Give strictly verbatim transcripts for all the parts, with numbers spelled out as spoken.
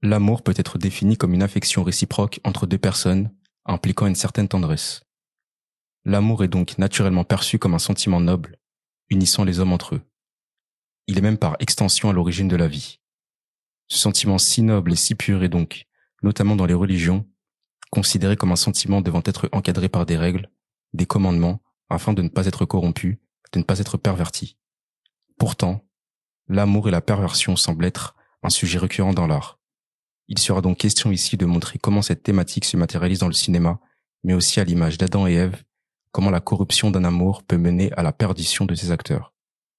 L'amour peut être défini comme une affection réciproque entre deux personnes, impliquant une certaine tendresse. L'amour est donc naturellement perçu comme un sentiment noble, unissant les hommes entre eux. Il est même par extension à l'origine de la vie. Ce sentiment si noble et si pur est donc, notamment dans les religions, considéré comme un sentiment devant être encadré par des règles, des commandements, afin de ne pas être corrompu, de ne pas être perverti. Pourtant, l'amour et la perversion semblent être un sujet récurrent dans l'art. Il sera donc question ici de montrer comment cette thématique se matérialise dans le cinéma, mais aussi à l'image d'Adam et Ève, comment la corruption d'un amour peut mener à la perdition de ses acteurs.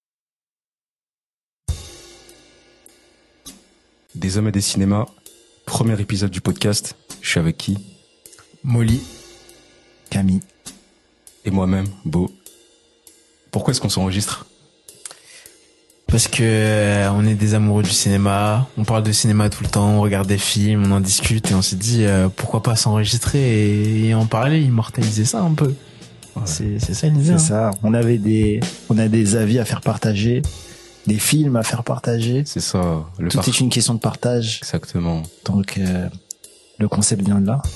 Des hommes et des cinémas, premier épisode du podcast, je suis avec qui ? Molly, Camille et moi-même, Beau. Pourquoi est-ce qu'on s'enregistre ? parce que euh, on est des amoureux du cinéma, on parle de cinéma tout le temps, on regarde des films, on en discute et on s'est dit euh, pourquoi pas s'enregistrer et, et en parler, immortaliser ça un peu. Ouais. C'est c'est ça l'idée. C'est hein. ça. On avait des, on a des avis à faire partager, des films à faire partager. C'est ça. Le Tout par... est une question de partage. Exactement. Donc euh, le concept vient de là.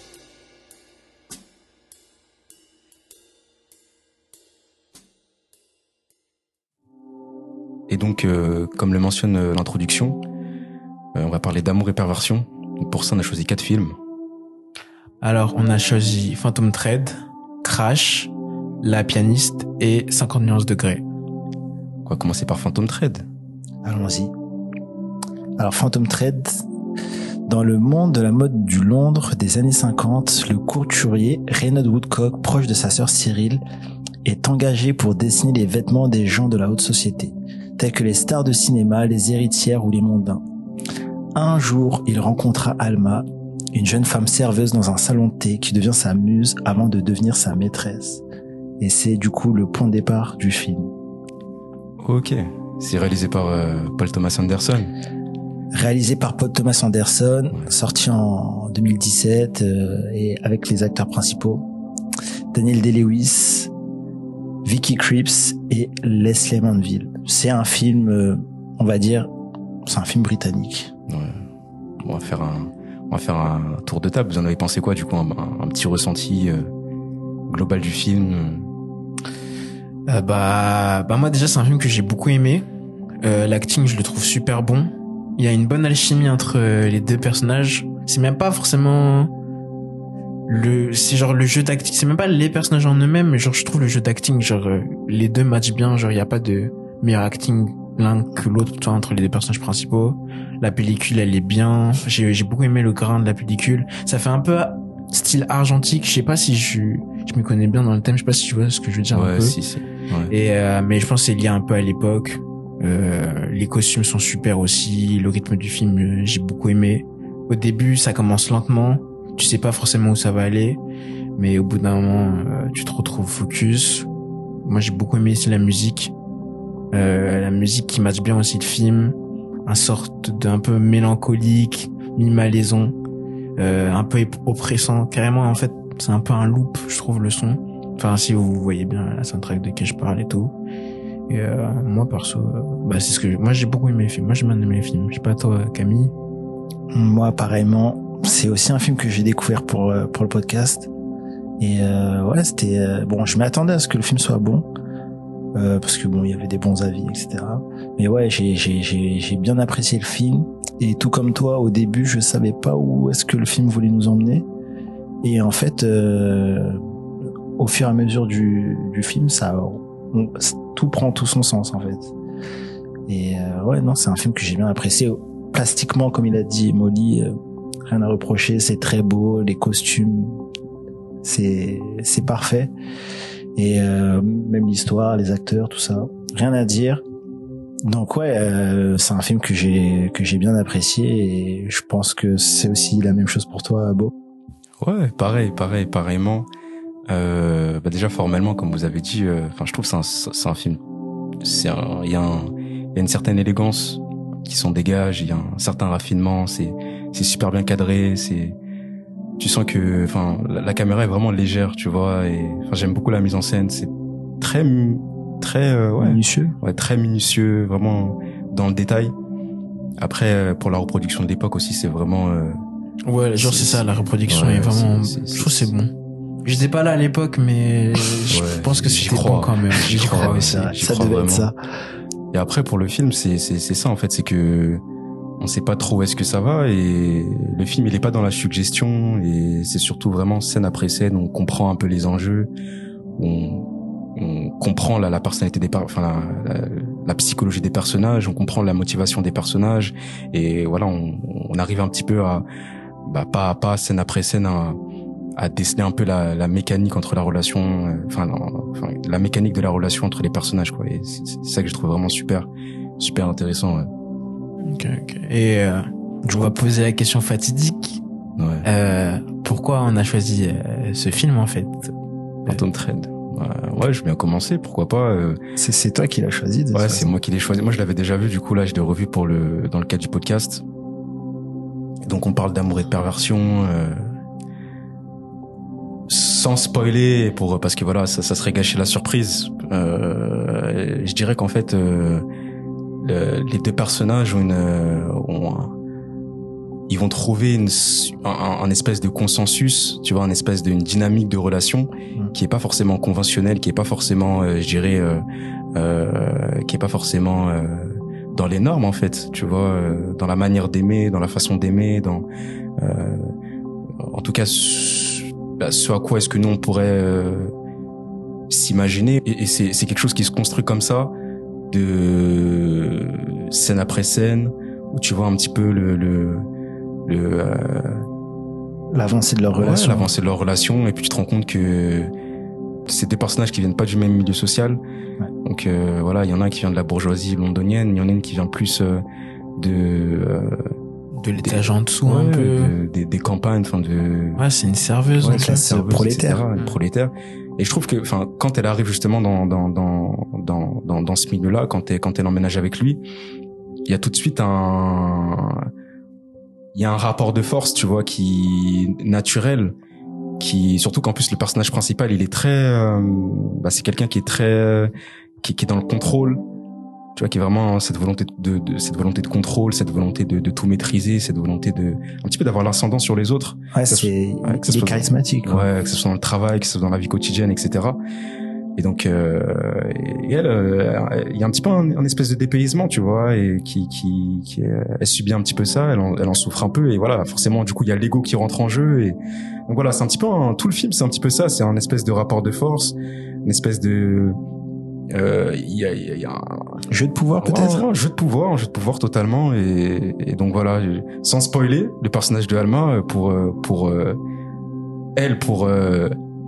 Et donc, euh, comme le mentionne euh, l'introduction, euh, on va parler d'amour et perversion. Donc pour ça, on a choisi quatre films. Alors, on a choisi Phantom Thread, Crash, La Pianiste et cinquante nuances de Grey. On va commencer par Phantom Thread. Allons-y. Alors Phantom Thread, dans le monde de la mode du Londres des années cinquante, le couturier Reynald Woodcock, proche de sa sœur Cyril, est engagé pour dessiner les vêtements des gens de la haute société, tels que les stars de cinéma, les héritières ou les mondains. Un jour, il rencontra Alma, une jeune femme serveuse dans un salon de thé qui devient sa muse avant de devenir sa maîtresse. Et c'est du coup le point de départ du film. Ok. C'est réalisé par euh, Paul Thomas Anderson. Réalisé par Paul Thomas Anderson, sorti en deux mille dix-sept euh, et avec les acteurs principaux Daniel Day-Lewis, Vicky Krieps et Leslie Manville. C'est un film, euh, on va dire, c'est un film britannique. Ouais. On va faire un, on va faire un tour de table. Vous en avez pensé quoi du coup, un, un petit ressenti euh, global du film? Euh, bah, bah moi déjà c'est un film que j'ai beaucoup aimé. Euh, l'acting je le trouve super bon. Il y a une bonne alchimie entre euh, les deux personnages. C'est même pas forcément le, c'est genre le jeu d'acting. C'est même pas les personnages en eux-mêmes, mais genre je trouve le jeu d'acting, genre euh, les deux matchent bien. Genre il y a pas de meilleur acting l'un que l'autre, tu vois, entre les deux personnages principaux. La pellicule elle est bien. J'ai j'ai beaucoup aimé le grain de la pellicule. Ça fait un peu style argentique. Je sais pas si je je me connais bien dans le thème. Je sais pas si tu vois ce que je veux dire ouais, un peu. Si, si. Ouais. Et euh, mais je pense que c'est lié un peu à l'époque. Euh, les costumes sont super aussi. Le rythme du film, euh, j'ai beaucoup aimé. Au début, ça commence lentement. Tu sais pas forcément où ça va aller, mais au bout d'un moment, euh, tu te retrouves focus. Moi, j'ai beaucoup aimé aussi la musique. Euh, la musique qui match bien aussi le film. Un sorte d'un peu mélancolique, mi-malaisant, euh, un peu oppressant. Carrément, en fait, c'est un peu un loop, je trouve, le son. Enfin, si vous voyez bien la soundtrack de qui je parle et tout. Et euh, moi, perso, euh, bah, c'est ce que... Moi, j'ai beaucoup aimé les films. Moi, j'ai bien aimé les films. Je sais pas, toi, Camille? Moi, pareillement. C'est aussi un film que j'ai découvert pour, euh, pour le podcast. Et euh, ouais, c'était... Euh, bon, je m'attendais à ce que le film soit bon. Euh, parce que bon, il y avait des bons avis, et cetera. Mais ouais, j'ai, j'ai, j'ai, j'ai bien apprécié le film. Et tout comme toi, au début, je savais pas où est-ce que le film voulait nous emmener. Et en fait, euh, au fur et à mesure du, du film, ça, on, tout prend tout son sens en fait. Et euh, ouais, non, c'est un film que j'ai bien apprécié. Plastiquement, comme il a dit Molly, euh, rien à reprocher. C'est très beau, les costumes, c'est c'est parfait. Et euh, même l'histoire, les acteurs, tout ça, rien à dire. Donc ouais, euh, c'est un film que j'ai que j'ai bien apprécié et je pense que c'est aussi la même chose pour toi, Beau. Ouais, pareil, pareil, pareillement. Euh, bah déjà formellement, comme vous avez dit, enfin, euh, je trouve que c'est un, c'est un film. C'est un, il y a un, il y a une certaine élégance qui s'en dégage. Il y a un certain raffinement. C'est, c'est super bien cadré. C'est, tu sens que, enfin, la, la caméra est vraiment légère, tu vois. Et enfin, j'aime beaucoup la mise en scène. C'est très, très, euh, ouais, minutieux. Ouais, très minutieux, vraiment dans le détail. Après, pour la reproduction de l'époque aussi, c'est vraiment... Euh, ouais, genre c'est, c'est ça, la reproduction ouais, est vraiment... C'est, c'est, je trouve que c'est bon. J'étais pas là à l'époque, mais je ouais, pense que c'était bon quand même. J'y, j'y crois, crois aussi. Ça, j'y ça crois devait vraiment. être ça. Et après, pour le film, c'est, c'est, c'est ça en fait, c'est que on sait pas trop où est-ce que ça va et le film il est pas dans la suggestion et c'est surtout vraiment scène après scène, on comprend un peu les enjeux, on, on comprend la, la personnalité des, enfin la, la, la psychologie des personnages, on comprend la motivation des personnages et voilà, on, on arrive un petit peu à, bah pas à pas, scène après scène à à déceler un peu la, la mécanique entre la relation, euh, enfin, enfin la mécanique de la relation entre les personnages quoi. Et c'est, c'est ça que je trouve vraiment super, super intéressant. Ouais. Ok, ok. Et euh, je vais poser la question fatidique. Ouais. Euh, pourquoi on a choisi euh, ce film en fait? Phantom Thread. Ouais, ouais, je vais bien commencer. Pourquoi pas. Euh... C'est, c'est toi qui l'as choisi. Ouais, c'est moi qui l'ai choisi. Moi, je l'avais déjà vu. Du coup, là, je l'ai revu pour le dans le cadre du podcast. Donc, on parle d'amour et de perversion. Euh... Sans spoiler, pour parce que voilà, ça, ça serait gâcher la surprise. Euh, je dirais qu'en fait, euh, le, les deux personnages ont une, ont un, ils vont trouver une, un, un espèce de consensus, tu vois, un espèce d'une dynamique de relation mmh. qui est pas forcément conventionnelle, qui est pas forcément, euh, je dirais, euh, euh, qui est pas forcément euh, dans les normes en fait, tu vois, euh, dans la manière d'aimer, dans la façon d'aimer, dans, euh, en tout cas. Ce à quoi est-ce que nous on pourrait euh, s'imaginer et, et c'est, c'est quelque chose qui se construit comme ça de scène après scène où tu vois un petit peu le le, le euh, l'avancée de leur ouais, relation l'avancée de leur relation et puis tu te rends compte que c'est des personnages qui viennent pas du même milieu social ouais. donc euh, voilà il y en a un qui vient de la bourgeoisie londonienne, il y en a une qui vient plus euh, de euh, de l'étage en dessous ouais, un peu de, des, des campagnes enfin de ouais c'est une serveuse ouais, en c'est une serveuse prolétaire et une prolétaire et je trouve que enfin quand elle arrive justement dans dans dans dans dans, dans ce milieu là quand elle quand elle emménage avec lui il y a tout de suite un il y a un rapport de force tu vois qui naturel qui surtout qu'en plus le personnage principal il est très euh, bah c'est quelqu'un qui est très qui, qui est dans le contrôle. Tu vois, qui est vraiment cette volonté de, de cette volonté de contrôle, cette volonté de, de tout maîtriser, cette volonté de un petit peu d'avoir l'ascendant sur les autres. Ouais, c'est, ouais, il est charismatique. Quoi. Ouais, que ce soit dans le travail, que ce soit dans la vie quotidienne, et cetera. Et donc, euh, et elle, euh, il y a un petit peu un, un espèce de dépaysement, tu vois, et qui, qui, qui, elle subit un petit peu ça, elle en, elle en souffre un peu, et voilà, forcément, du coup, il y a l'ego qui rentre en jeu, et donc voilà, c'est un petit peu un, tout le film, c'est un petit peu ça, c'est un espèce de rapport de force, une espèce de il euh, y, a, y a un jeu de pouvoir peut-être ouais, un jeu de pouvoir un jeu de pouvoir totalement et, et donc voilà sans spoiler le personnage de Alma pour pour euh, elle pour euh,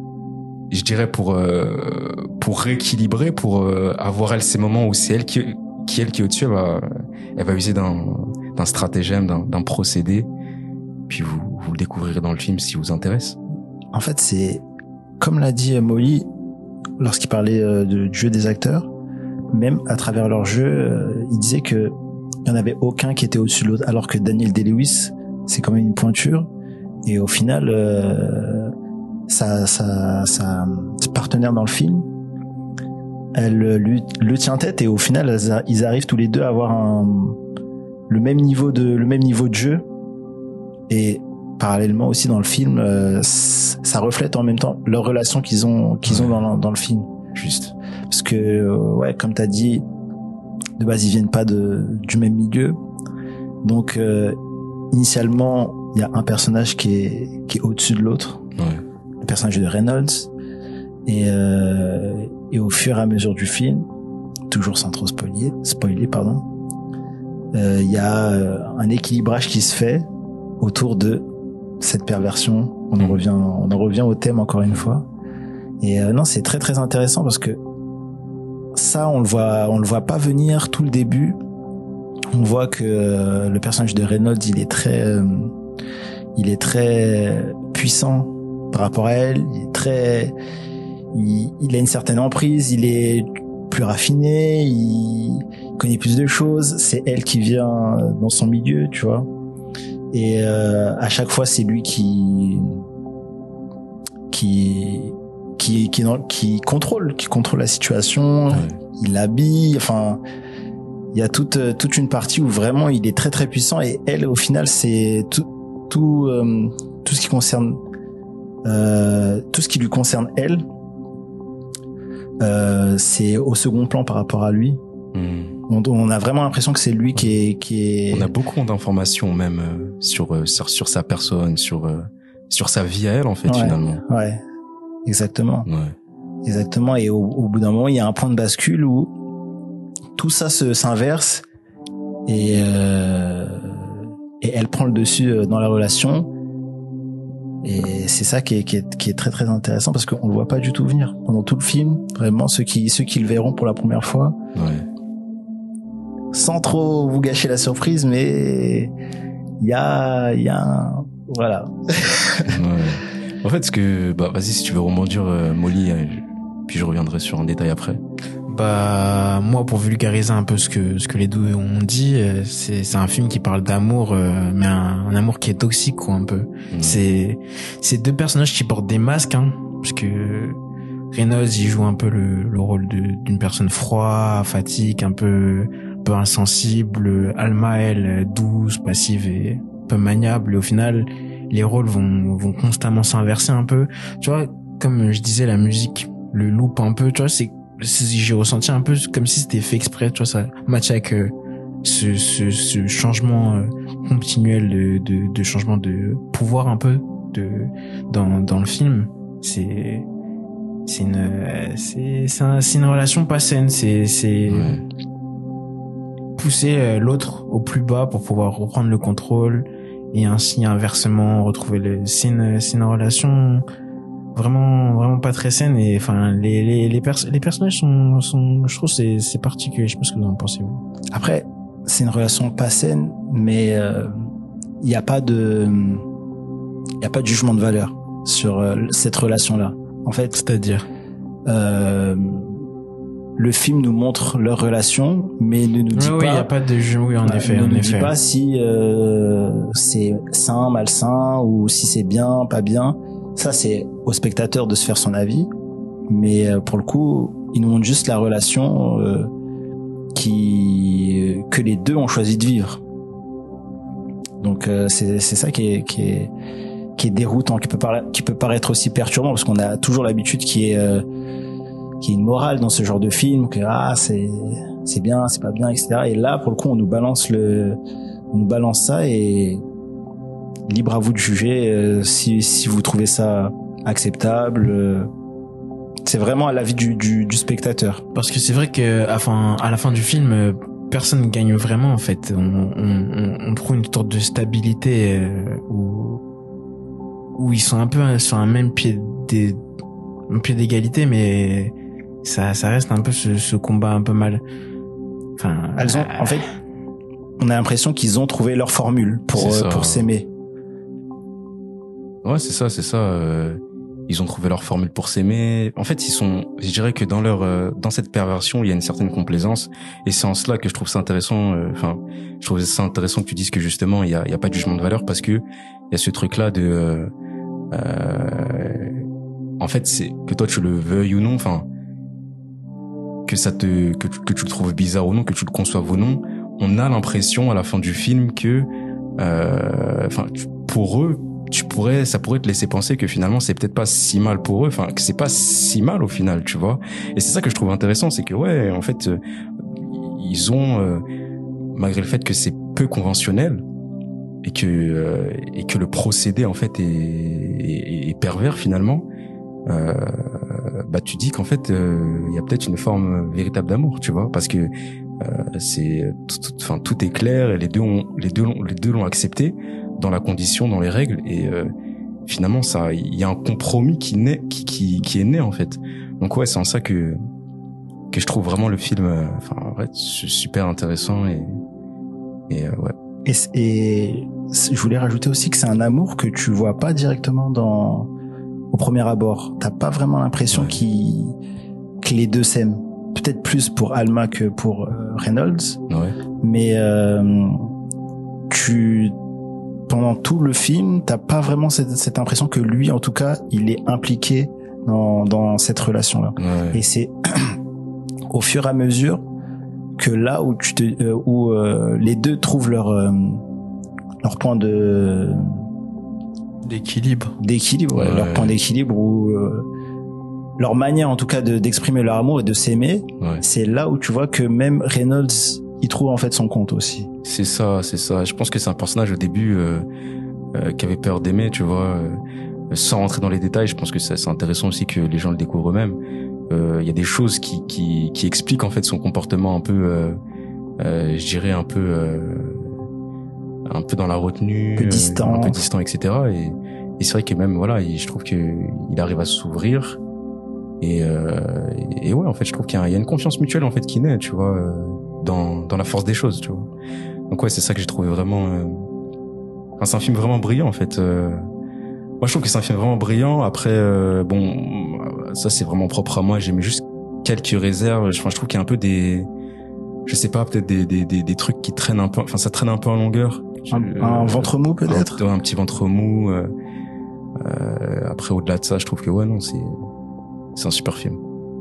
je dirais pour euh, pour rééquilibrer pour euh, avoir elle ces moments où c'est elle qui qui elle qui est au-dessus elle va elle va user d'un d'un stratagème d'un, d'un procédé puis vous vous le découvrirez dans le film si vous intéresse. En fait c'est comme l'a dit Molly lorsqu'il parlait euh, de, du jeu des acteurs, même à travers leur jeu, euh, il disait que il y en avait aucun qui était au-dessus de l'autre, alors que Daniel Day-Lewis, c'est quand même une pointure, et au final, euh, sa, sa, sa partenaire dans le film, elle lui, le tient tête, et au final, ils arrivent tous les deux à avoir un, le même niveau de, le même niveau de jeu, et parallèlement aussi dans le film, euh, ça reflète en même temps leur relation qu'ils ont qu'ils ouais. ont dans, dans le film. Juste. Parce que euh, ouais, comme t'as dit, de base ils viennent pas de du même milieu, donc euh, initialement il y a un personnage qui est qui est au-dessus de l'autre, ouais. le personnage de Reynolds, et euh, et au fur et à mesure du film, toujours sans trop spoiler, spoiler pardon, il euh, y a euh, un équilibrage qui se fait autour de cette perversion. On en revient, on en revient au thème encore une fois. Et euh, non, c'est très très intéressant parce que ça, on le voit, on le voit pas venir tout le début. On voit que euh, le personnage de Reynolds, il est très, euh, il est très puissant par rapport à elle. Il est très, il, il a une certaine emprise. Il est plus raffiné. Il connaît plus de choses. C'est elle qui vient dans son milieu, tu vois. Et euh, à chaque fois, c'est lui qui qui qui qui, qui contrôle, qui contrôle la situation. Ouais. Il l'habille. Enfin, il y a toute toute une partie où vraiment il est très très puissant et elle au final c'est tout tout euh, tout ce qui concerne euh, tout ce qui lui concerne elle euh, c'est au second plan par rapport à lui. Mmh. On, on a vraiment l'impression que c'est lui qui est qui est on a beaucoup d'informations même euh, sur, euh, sur sur sa personne, sur euh, sur sa vie à elle en fait, ouais, finalement. Ouais. Exactement. Ouais. Exactement et au, au bout d'un moment, il y a un point de bascule où tout ça se s'inverse et euh, et elle prend le dessus dans la relation et c'est ça qui est qui est qui est très très intéressant parce qu'on le voit pas du tout venir pendant tout le film. Vraiment ceux qui ceux qui le verront pour la première fois. Ouais. Sans trop vous gâcher la surprise, mais il y a il y a un... voilà. Ouais. En fait, ce que bah vas-y si tu veux rebondir euh, Molly, euh, puis je reviendrai sur un détail après. Bah moi pour vulgariser un peu ce que ce que les deux ont dit, c'est c'est un film qui parle d'amour euh, mais un, un amour qui est toxique quoi un peu. Mmh. C'est c'est deux personnages qui portent des masques hein parce que Reynolds il joue un peu le le rôle de d'une personne froide, apathique, un peu un peu insensible, Alma elle douce, passive et un peu maniable et au final les rôles vont vont constamment s'inverser un peu. Tu vois comme je disais la musique le loop un peu, tu vois c'est j'ai ressenti un peu comme si c'était fait exprès, tu vois, ça match avec euh, ce, ce, ce changement euh, continuel de, de, de changement de pouvoir un peu de dans dans le film. C'est c'est une c'est c'est, un, c'est une relation pas saine. C'est c'est ouais. pousser euh, l'autre au plus bas pour pouvoir reprendre le contrôle et ainsi inversement retrouver le. C'est une c'est une relation vraiment vraiment pas très saine et enfin les les les, pers- les personnages sont sont je trouve c'est c'est particulier. Je sais pas ce que vous en pensez vous. Après c'est une relation pas saine mais il euh, y a pas de il y a pas de jugement de valeur sur euh, cette relation là en fait. C'est-à-dire euh, le film nous montre leur relation mais ne nous dit oui, pas il oui, y a pas de jeu oui en bah, effet ne en nous effet. dit pas si euh, c'est sain malsain ou si c'est bien pas bien. Ça, c'est au spectateur de se faire son avis. Mais euh, pour le coup, ils nous montrent juste la relation euh, qui que les deux ont choisi de vivre. Donc euh, c'est c'est ça qui est qui est qui est déroutant, qui peut paraître qui peut paraître aussi perturbant parce qu'on a toujours l'habitude qui est euh, qui est une morale dans ce genre de film que ah c'est c'est bien, c'est pas bien, et cetera. Et là, pour le coup, on nous balance le on nous balance ça et libre à vous de juger euh, si si vous trouvez ça acceptable. Euh, c'est vraiment à l'avis du, du du spectateur. Parce que c'est vrai que enfin à la fin du film euh, personne ne gagne vraiment en fait. On on on, on trouve une sorte de stabilité euh, où où ils sont un peu sur un même pied des un pied d'égalité mais ça ça reste un peu ce, ce combat un peu mal. Enfin elles ont euh, en fait on a l'impression qu'ils ont trouvé leur formule pour euh, pour s'aimer. Ouais, c'est ça, c'est ça. Euh, ils ont trouvé leur formule pour s'aimer. En fait, ils sont, je dirais que dans leur, euh, dans cette perversion, il y a une certaine complaisance. Et c'est en cela que je trouve ça intéressant. Enfin, euh, je trouve ça intéressant que tu dises que justement, il y a, il y a pas de jugement de valeur parce que il y a ce truc-là de, euh, euh, en fait, c'est que toi tu le veuilles ou non, enfin, que ça te, que tu, que tu le trouves bizarre ou non, que tu le conçoives ou non, on a l'impression à la fin du film que, enfin, euh, pour eux. Tu pourrais, ça pourrait te laisser penser que finalement c'est peut-être pas si mal pour eux, enfin que c'est pas si mal au final, tu vois. Et c'est ça que je trouve intéressant, c'est que ouais, en fait, euh, ils ont, euh, malgré le fait que c'est peu conventionnel et que euh, et que le procédé en fait est, est, est pervers finalement, euh, bah tu dis qu'en fait il euh, y a peut-être une forme véritable d'amour, tu vois, parce que euh, c'est, enfin tout, tout est clair et les deux ont, les deux l'ont, les deux l'ont accepté. Dans la condition, dans les règles, et euh, finalement, ça, il y a un compromis qui naît, qui, qui, qui est né en fait. Donc ouais, c'est en ça que que je trouve vraiment le film, euh, enfin, ouais, super intéressant et et euh, ouais. Et, et je voulais rajouter aussi que c'est un amour que tu vois pas directement dans au premier abord. T'as pas vraiment l'impression ouais. qu'il que les deux s'aiment. Peut-être plus pour Alma que pour euh, Reynolds. Ouais. Mais euh, tu pendant tout le film, t'as pas vraiment cette, cette impression que lui, en tout cas, il est impliqué dans, dans cette relation-là. Ouais. Et c'est au fur et à mesure que là où tu te, euh, où euh, les deux trouvent leur euh, leur point de d'équilibre, d'équilibre, Ouais. leur point d'équilibre ou euh, leur manière en tout cas de d'exprimer leur amour et de s'aimer, Ouais. c'est là où tu vois que même Reynolds il trouve en fait son compte aussi. C'est ça, c'est ça. Je pense que c'est un personnage au début euh, euh, qui avait peur d'aimer, tu vois. Euh, sans rentrer dans les détails, je pense que c'est c'est intéressant aussi que les gens le découvrent eux-mêmes. Euh, Il y a des choses qui, qui, qui expliquent en fait son comportement un peu, euh, euh, je dirais un peu, euh, un peu dans la retenue, Un peu distant. euh, un peu distant, et cetera. Et, et c'est vrai que même voilà, il- je trouve que il arrive à s'ouvrir. Et, euh, et, et ouais, en fait, je trouve qu'il y a, il y a une confiance mutuelle en fait qui naît, tu vois, euh, dans, dans la force des choses, tu vois. Donc ouais, c'est ça que j'ai trouvé vraiment. Euh... Enfin, c'est un film vraiment brillant en fait. Euh... Moi, je trouve que c'est un film vraiment brillant. Après, euh, bon, ça c'est vraiment propre à moi. J'ai mis juste quelques réserves. Enfin, je trouve qu'il y a un peu des, je sais pas, peut-être des, des, des, des trucs qui traînent un peu. Enfin, ça traîne un peu en longueur. Un, Je- un ventre mou peut-être. un, un petit ventre mou. Euh, euh, après, au-delà de ça, je trouve que ouais, non, c'est, c'est un super film.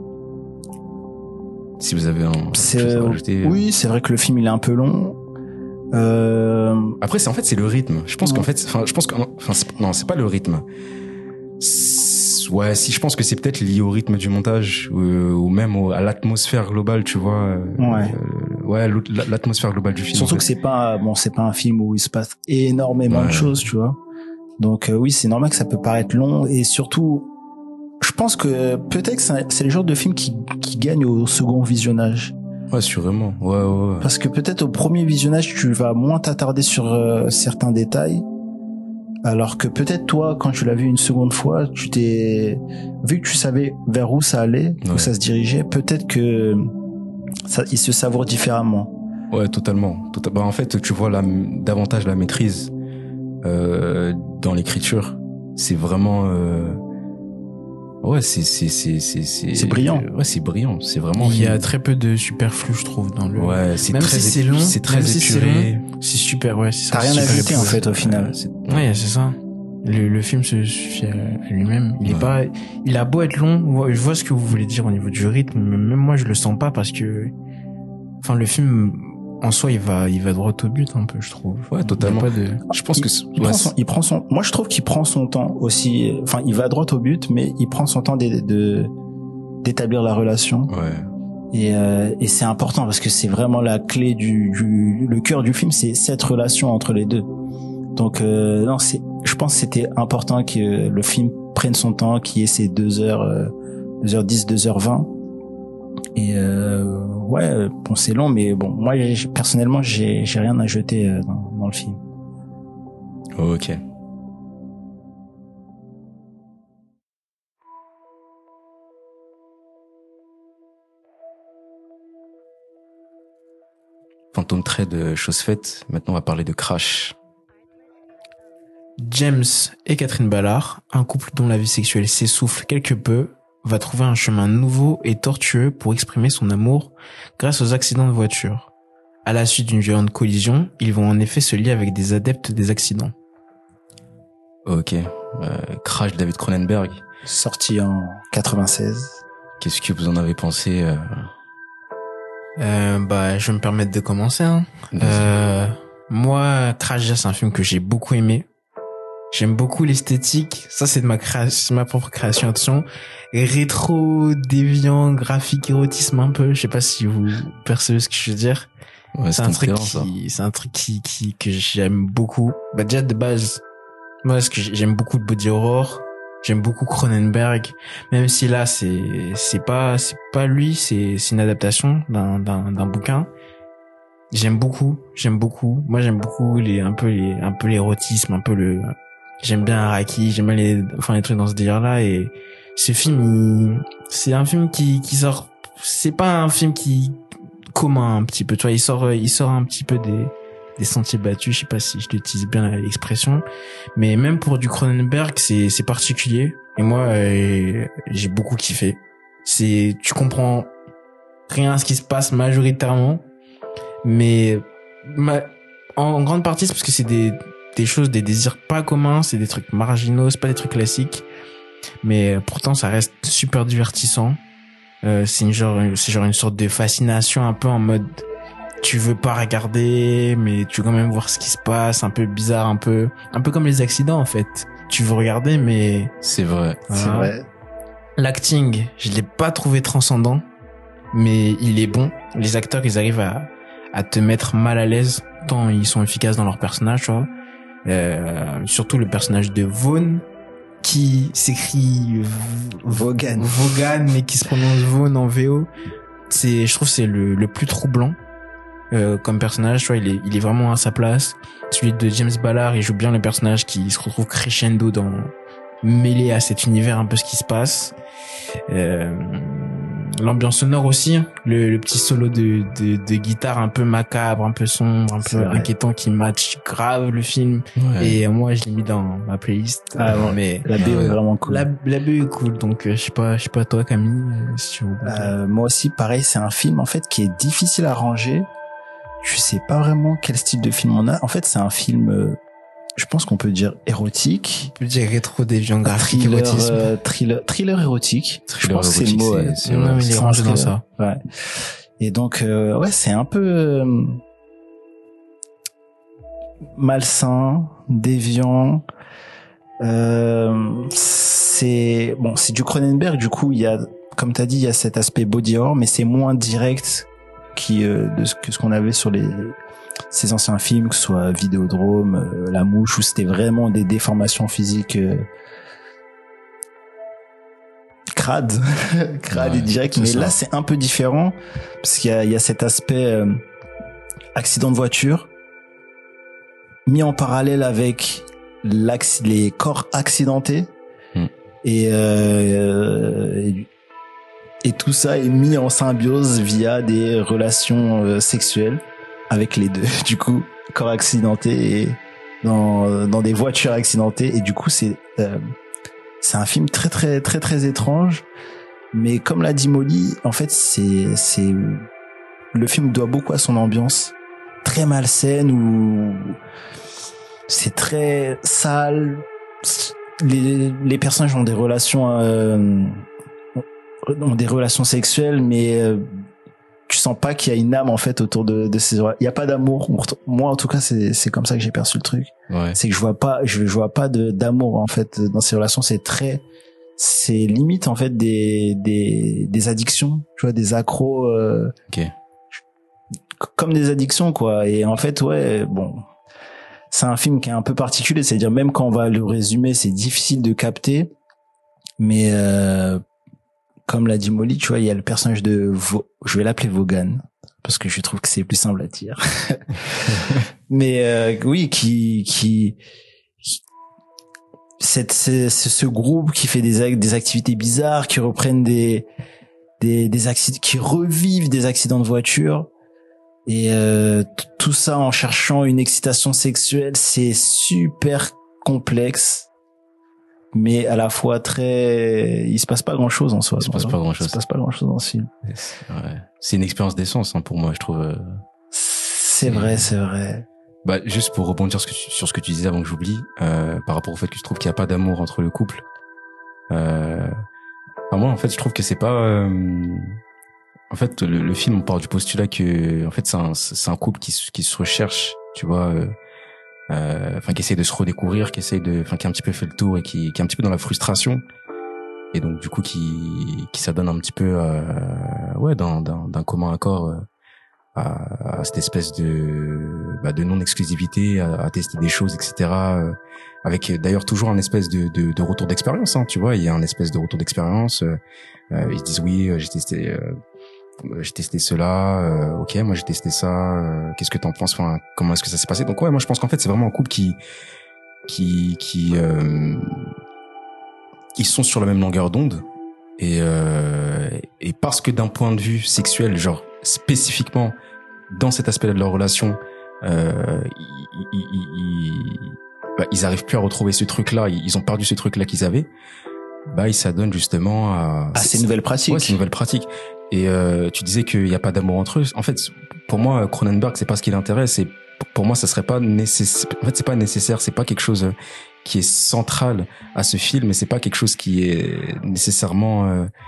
Si vous avez un, quelque C'est chose à rajouter. oui, c'est vrai que le film il est un peu long. Euh, Après, c'est en fait c'est le rythme. Je pense qu'en fait, enfin, je pense que, enfin, c'est- non, c'est pas le rythme. C'est- Ouais, si je pense que c'est peut-être lié au rythme du montage ou, ou même au- à l'atmosphère globale, tu vois. euh, Ouais. euh, ouais, l'autre- l'atmosphère globale du film. Surtout en que fait. c'est pas bon, c'est pas un film où il se passe énormément Ouais. de choses, tu vois. Donc euh, oui, c'est normal que ça peut paraître long et surtout, je pense que peut-être que c'est c'est le genre de film qui qui gagne au second visionnage. Ouais, sûrement. Ouais, ouais, ouais. Parce que peut-être au premier visionnage, tu vas moins t'attarder sur euh, certains détails, alors que peut-être toi, quand tu l'as vu une seconde fois, tu t'es vu que tu savais vers où ça allait, Ouais. où ça se dirigeait, peut-être que ça, il se savoure différemment. Ouais, totalement. Tota- bah, en fait, tu vois la, davantage la maîtrise euh, dans l'écriture. C'est vraiment. Euh... Ouais, c'est c'est c'est c'est c'est. C'est brillant. Ouais, c'est brillant. C'est vraiment. il y a très peu de superflu, je trouve, dans le. Ouais, c'est Même très. si c'est épu- long, c'est très même si c'est épuré. C'est super, ouais. c'est T'as ça, rien c'est à super ajouter en épuré. fait au final. Euh, c'est- Ouais, c'est ça. Le, le film se suffit à à lui-même. Il est Ouais. pas, il a beau être long, je vois ce que vous voulez dire au niveau du rythme, mais même moi je le sens pas parce que, enfin, le film, en soi, il va, il va droit au but un peu, je trouve. Ouais, totalement. Il y a pas de... Je pense il, que c'est- il, ouais, prend son, il prend son. Moi, je trouve qu'il prend son temps aussi. Enfin, il va droit au but, mais il prend son temps d'é- de d'établir la relation. c'est- ouais. Et, euh, et c'est important parce que c'est vraiment la clé du, du le cœur du film, c'est cette relation entre les deux. Donc euh, non, c'est, je pense que c'était important que le film prenne son temps, qu'il y ait ces deux heures, euh, deux heures dix, deux heures vingt. Et euh, ouais, bon c'est long, mais bon moi j'ai- personnellement j'ai j'ai rien à jeter euh, dans, dans le film. Ok. Fantôme Thread de chose faite. Maintenant, on va parler de Crash. James et Catherine Ballard, un couple dont la vie sexuelle s'essouffle quelque peu, va trouver un chemin nouveau et tortueux pour exprimer son amour grâce aux accidents de voiture. À la suite d'une violente collision, ils vont en effet se lier avec des adeptes des accidents. Ok. Euh, Crash de David Cronenberg. Sorti en quatre-vingt-seize. Qu'est-ce que vous en avez pensé euh... Euh, bah, je vais me permettre de commencer. Hein. Euh, moi, Crash, déjà, c'est un film que j'ai beaucoup aimé. J'aime beaucoup l'esthétique. Ça, c'est de ma création, c'est ma propre création. Attention, rétro, déviant, graphique, érotisme un peu. Je sais pas si vous percevez ce que je veux dire. Ouais, C'est un truc qui, c'est un truc qui, qui, que j'aime beaucoup. Bah, déjà, de base, moi, ce que j'aime beaucoup le body horror. J'aime beaucoup Cronenberg. Même si là, c'est, c'est pas, c'est pas lui, c'est, c'est une adaptation d'un, d'un, d'un bouquin. J'aime beaucoup, j'aime beaucoup. Moi, j'aime beaucoup les, un peu les, un peu l'érotisme, un peu le, j'aime bien Araki, j'aime bien les, enfin, les trucs dans ce délire-là. Et ce film, il, c'est un film qui, qui sort, c'est pas un film qui, commun un petit peu, tu vois, il sort, il sort un petit peu des, des sentiers battus, je sais pas si je l'utilise bien l'expression, mais même pour du Cronenberg, c'est, c'est particulier. Et moi, euh, j'ai beaucoup kiffé. C'est, tu comprends rien à ce qui se passe majoritairement, mais ma, en grande partie, c'est parce que c'est des, des choses, des désirs pas communs, c'est des trucs marginaux, c'est pas des trucs classiques, mais pourtant ça reste super divertissant. Euh, c'est une genre, c'est genre une sorte de fascination un peu en mode, tu veux pas regarder, mais tu veux quand même voir ce qui se passe, un peu bizarre, un peu, un peu comme les accidents en fait. Tu veux regarder, mais C'est vrai. voilà. C'est vrai. L'acting, je l'ai pas trouvé transcendant, mais il est bon. Les acteurs, ils arrivent à, à te mettre mal à l'aise tant ils sont efficaces dans leur personnage, tu vois. Euh, surtout le personnage de Vaughn, qui s'écrit V- Vaughan. Vaughan, mais qui se prononce Vaughn en V O. C'est, je trouve, que c'est le, le plus troublant euh, comme personnage. Tu vois, il est, il est vraiment à sa place. Celui de James Ballard, il joue bien le personnage qui se retrouve crescendo dans mêlé à cet univers, un peu ce qui se passe. Euh, l'ambiance sonore aussi, le, le petit solo de, de, de guitare un peu macabre, un peu sombre, un C'est peu vrai. inquiétant qui match grave le film. Ouais. Et euh, moi, je l'ai mis dans ma playlist. Ah ouais. Mais La B O Ouais. est vraiment cool. la, la B O est cool, donc euh, je sais pas, je sais pas toi Camille, euh, si tu veux. Euh, moi aussi, pareil, c'est un film en fait qui est difficile à ranger. Je sais pas vraiment quel style de film on a. En fait, c'est un film, euh, je pense qu'on peut dire érotique, On peut dire rétro déviant graphique, thriller, érotisme. euh, thriller, thriller érotique. je Thriller pense que c'est le érotique, mot. c'est- ouais. c'est Non, vrai. mais il est C'est rangé un dans thriller. ça. Ouais. Et donc, euh, ouais, c'est un peu euh, malsain, déviant. Euh, c'est bon, c'est du Cronenberg. Du coup, il y a, comme t'as dit, il y a cet aspect body horror, mais c'est moins direct qui euh, de ce que ce qu'on avait sur les ces anciens films, que ce soit Vidéodrome, euh, La Mouche, où c'était vraiment des déformations physiques euh, crades, crades Ouais, et direct. c'est Mais ça. là, c'est un peu différent parce qu'il y a, il y a cet aspect euh, accident de voiture mis en parallèle avec l'acc- les corps accidentés Hmm. et, euh, et et tout ça est mis en symbiose via des relations euh, sexuelles avec les deux. Du coup, corps accidentés et dans dans des voitures accidentées. Et du coup, c'est euh, c'est un film très très très très étrange. Mais comme l'a dit Molly, en fait, c'est c'est le film doit beaucoup à son ambiance très malsaine où c'est très sale. Les les personnages ont des relations euh, ont des relations sexuelles, mais euh, tu sens pas qu'il y a une âme en fait autour de, de ces. Il y a pas d'amour. Moi, en tout cas, c'est c'est comme ça que j'ai perçu le truc. Ouais. C'est que je vois pas, je, je vois pas de d'amour en fait dans ces relations. C'est très, c'est limite en fait des des des addictions, tu vois, des accros. Euh, Ok. comme des addictions quoi. Et en fait, ouais, bon. C'est un film qui est un peu particulier, c'est-à-dire même quand on va le résumer, c'est difficile de capter. Mais euh, comme l'a dit Molly, tu vois, il y a le personnage de Vo- je vais l'appeler Vaughan parce que je trouve que c'est plus simple à dire. Mais euh, oui, qui qui, qui cette c'est c'est ce groupe qui fait des ac- des activités bizarres, qui reprennent des des des accidents, qui revivent des accidents de voiture. Et euh, t- tout ça en cherchant une excitation sexuelle, c'est super complexe, mais à la fois très, il se passe pas grand chose en soi. Il se passe pas grand-chose. Il se passe pas grand chose dans ce film. C'est ouais. C'est une expérience d'essence hein, pour moi, je trouve. euh. C'est vrai, c'est vrai. Bah, juste pour rebondir sur ce que tu, sur ce que tu disais avant que j'oublie, euh, par rapport au fait que je trouve qu'il n'y a pas d'amour entre le couple. Euh, enfin, moi, en fait, je trouve que c'est pas. Euh, en fait, le, le film on part du postulat que, en fait, c'est un, c'est un couple qui, se- qui se recherche, tu vois, euh, euh, enfin, qui essaye de se redécouvrir, qui essaye de, enfin, qui a un petit peu fait le tour et qui, qui est un petit peu dans la frustration. Et donc, du coup, qui, qui s'adonne un petit peu, euh, ouais, d'un, d'un, d'un commun accord. Euh, À, à cette espèce de bah, de non-exclusivité, à, à tester des choses, et cetera. euh, avec d'ailleurs toujours un espèce de, de, de retour d'expérience, hein, tu vois. Il y a un espèce de retour d'expérience. Euh, euh, ils se disent oui, euh, j'ai testé, euh, j'ai testé cela. Euh, ok, moi j'ai testé ça. Euh, qu'est-ce que t'en penses? Enfin, comment est-ce que ça s'est passé? Donc ouais, moi je pense qu'en fait c'est vraiment un couple qui qui qui euh, ils sont sur la même longueur d'onde. Et euh, et parce que d'un point de vue sexuel, genre spécifiquement dans cet aspect-là de leur relation, euh, ils, ils, ils, bah, ils arrivent plus à retrouver ce truc-là, ils ont perdu ce truc-là qu'ils avaient. Bah, ils s'adonnent justement à Ah, c'est une nouvelle pratique. Ouais, c'est une nouvelle pratique. Et euh, tu disais qu'il n'y a pas d'amour entre eux. En fait, pour moi, Cronenberg, c'est pas ce qui l'intéresse. C'est pour moi, ça serait pas nécessaire. En fait, c'est pas nécessaire. C'est pas quelque chose qui est central à ce film, et c'est pas quelque chose qui est nécessairement euh,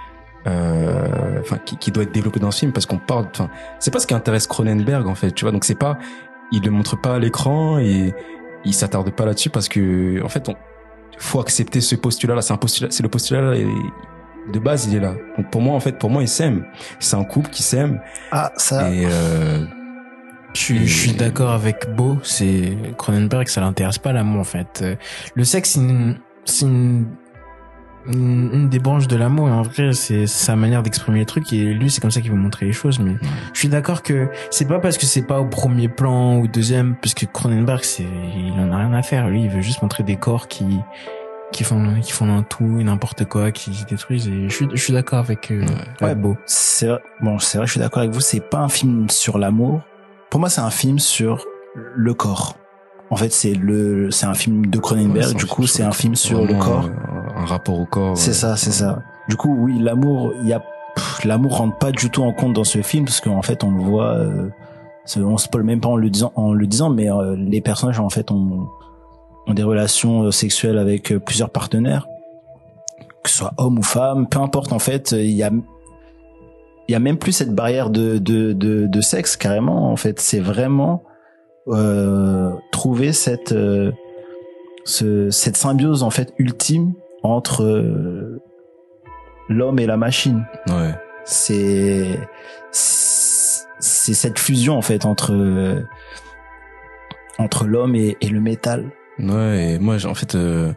euh, enfin qui, qui doit être développé dans ce film, parce qu'on parle, enfin c'est pas ce qui intéresse Cronenberg en fait, tu vois. Donc c'est pas, il le montre pas à l'écran et il s'attarde pas là-dessus parce que en fait on faut accepter ce postulat là, c'est un postulat, c'est le postulat là, et de base il est là. Donc pour moi en fait, pour moi ils s'aiment, c'est un couple qui s'aime. Ah ça. Et euh, Je suis, Et- je suis d'accord avec Beau, c'est Cronenberg, ça l'intéresse pas l'amour en fait. Euh, Le sexe, c'est une, c'est une, une, une des branches de l'amour et en vrai, c'est sa manière d'exprimer les trucs et lui, c'est comme ça qu'il veut montrer les choses. Mais je suis d'accord que c'est pas parce que c'est pas au premier plan ou deuxième, parce que Cronenberg, c'est, il en a rien à faire. Lui, il veut juste montrer des corps qui, qui font, qui font un tout et n'importe quoi, qui se détruisent. Et je suis, je suis d'accord avec, euh, Ouais. avec Beau. C'est vrai- bon, c'est vrai, je suis d'accord avec vous. C'est pas un film sur l'amour. Pour moi, c'est un film sur le corps. En fait, c'est le, c'est un film de Cronenberg. Ouais, du un coup, film c'est un film sur le vraiment, corps. euh, un rapport au corps. C'est euh, ça, c'est ça. Du coup, oui, l'amour, il y a, pff, l'amour rentre pas du tout en compte dans ce film parce qu'en fait, on le voit, euh, c'est- on spoil même pas en le disant, en le disant, mais euh, les personnages en fait ont, ont des relations euh, sexuelles avec euh, plusieurs partenaires, que ce soit homme ou femme, peu importe. En fait, il y a, il y a même plus cette barrière de de de, de sexe carrément. En fait, c'est vraiment euh, trouver cette euh, ce, cette symbiose en fait ultime entre euh, l'homme et la machine. Ouais. C'est c'est cette fusion en fait entre euh, entre l'homme et, et le métal. Ouais, et moi, j'ai- en fait, euh,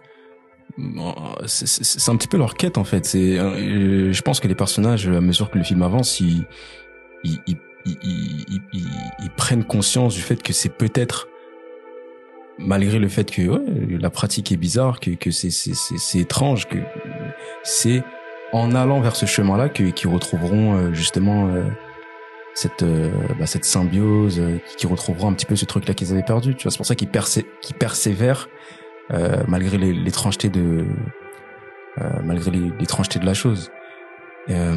c'est c'est- c'est un petit peu leur quête, en fait. C'est, euh, je pense que les personnages, à mesure que le film avance, ils, ils, ils, ils, ils, ils- ils prennent conscience du fait que c'est peut-être, malgré le fait que ouais, la pratique est bizarre, que, que c'est, c'est, c'est, c'est étrange, que c'est en allant vers ce chemin-là que, qu'ils retrouveront euh, justement euh, cette euh, bah, cette symbiose, euh, qu'ils retrouveront un petit peu ce truc-là qu'ils avaient perdu. Tu vois, c'est pour ça qu'ils persé- qu'ils persévèrent euh, malgré les- l'étrangeté de euh, malgré les- l'étrangeté de la chose. Euh,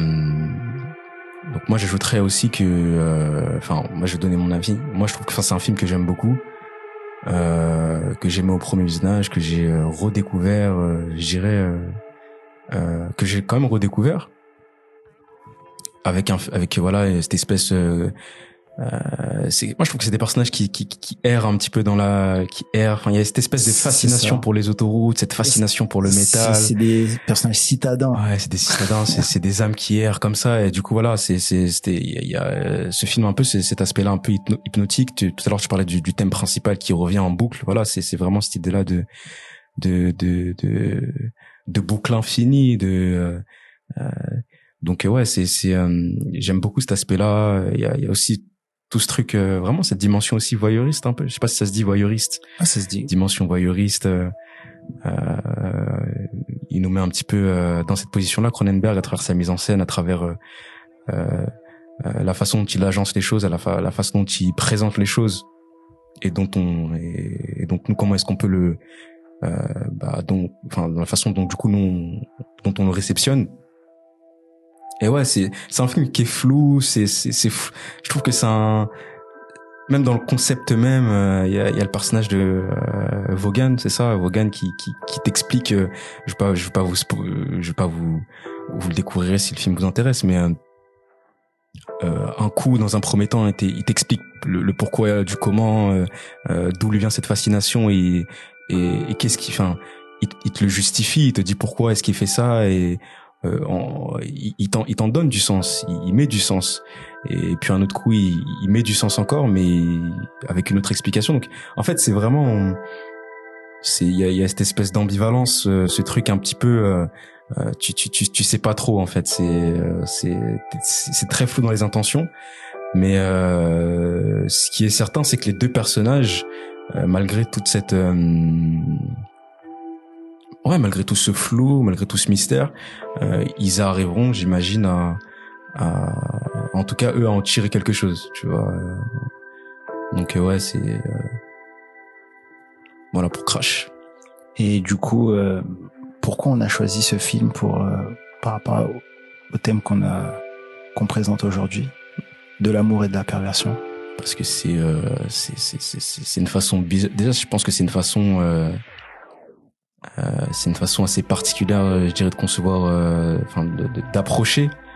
donc moi j'ajouterais aussi que euh, enfin moi je vais donner mon avis. Moi je trouve que enfin, c'est un film que j'aime beaucoup, euh, que j'aimais au premier visionnage, que j'ai euh, redécouvert, euh, je dirais euh, euh, que j'ai quand même redécouvert avec un avec voilà cette espèce euh, euh, c'est moi je trouve que c'est des personnages qui qui qui errent un petit peu dans la qui errent enfin il y a cette espèce de C'est fascination ça. pour les autoroutes, cette fascination pour le métal. C'est c'est des personnages citadins. Ouais, c'est des citadins, c'est c'est des âmes qui errent comme ça et du coup voilà, c'est c'est c'était il y a, il y a euh, ce film un peu c'est cet aspect-là un peu hypno- hypnotique. Tu, tout à l'heure tu parlais du, du thème principal qui revient en boucle. Voilà, c'est c'est vraiment cette idée-là de de de de de boucle infinie de euh, euh, donc euh, ouais, c'est c'est euh, j'aime beaucoup cet aspect-là. Il y a il y a aussi tout ce truc euh, vraiment cette dimension aussi voyeuriste un peu. Je sais pas si ça se dit voyeuriste. Ah, ça se dit. Dimension voyeuriste. Euh, euh, il nous met un petit peu euh, dans cette position-là, Cronenberg, à travers sa mise en scène, à travers euh, euh, la façon dont il agence les choses, à la, fa- la façon dont il présente les choses, et dont on et, et donc nous comment est-ce qu'on peut le euh, bah donc enfin dans la façon dont du coup nous on- dont on le réceptionne. Et ouais, c'est c'est un film qui est flou, c'est c'est c'est fou. Je trouve que c'est un même dans le concept même, il euh, y a il y a le personnage de euh, Vaughan, c'est ça, Vaughan qui qui qui t'explique euh, je vais pas je vais pas vous spo- euh, je vais pas vous vous le découvrirez si le film vous intéresse, mais euh, euh, un coup dans un premier temps il t'e- il t'explique le, le pourquoi du comment, euh, euh, d'où lui vient cette fascination et et, et qu'est-ce qui enfin il, il te le justifie, il te dit pourquoi est-ce qu'il fait ça et euh, en, il, il t'en il t'en donne du sens, il, il met du sens. Et puis un autre coup il, il met du sens encore mais avec une autre explication. Donc en fait c'est vraiment c'est il y a, il y a cette espèce d'ambivalence, euh, ce truc un petit peu euh, euh, tu tu tu tu sais pas trop en fait, c'est euh, c'est c'est c'est très flou dans les intentions, mais euh, ce qui est certain c'est que les deux personnages euh, malgré toute cette euh, ouais malgré tout ce flou, malgré tout ce mystère, euh, ils arriveront j'imagine à à en tout cas eux à en tirer quelque chose, tu vois. Donc euh, ouais c'est euh, voilà pour Crash. Et du coup, euh, pourquoi on a choisi ce film pour euh, par rapport au, au thème qu'on a qu'on présente aujourd'hui, de l'amour et de la perversion? Parce que c'est euh, c'est c'est c'est c'est une façon bizarre. Déjà je pense que c'est une façon euh, euh, c'est une façon assez particulière, je dirais, de concevoir, euh, enfin de, de, d'approcher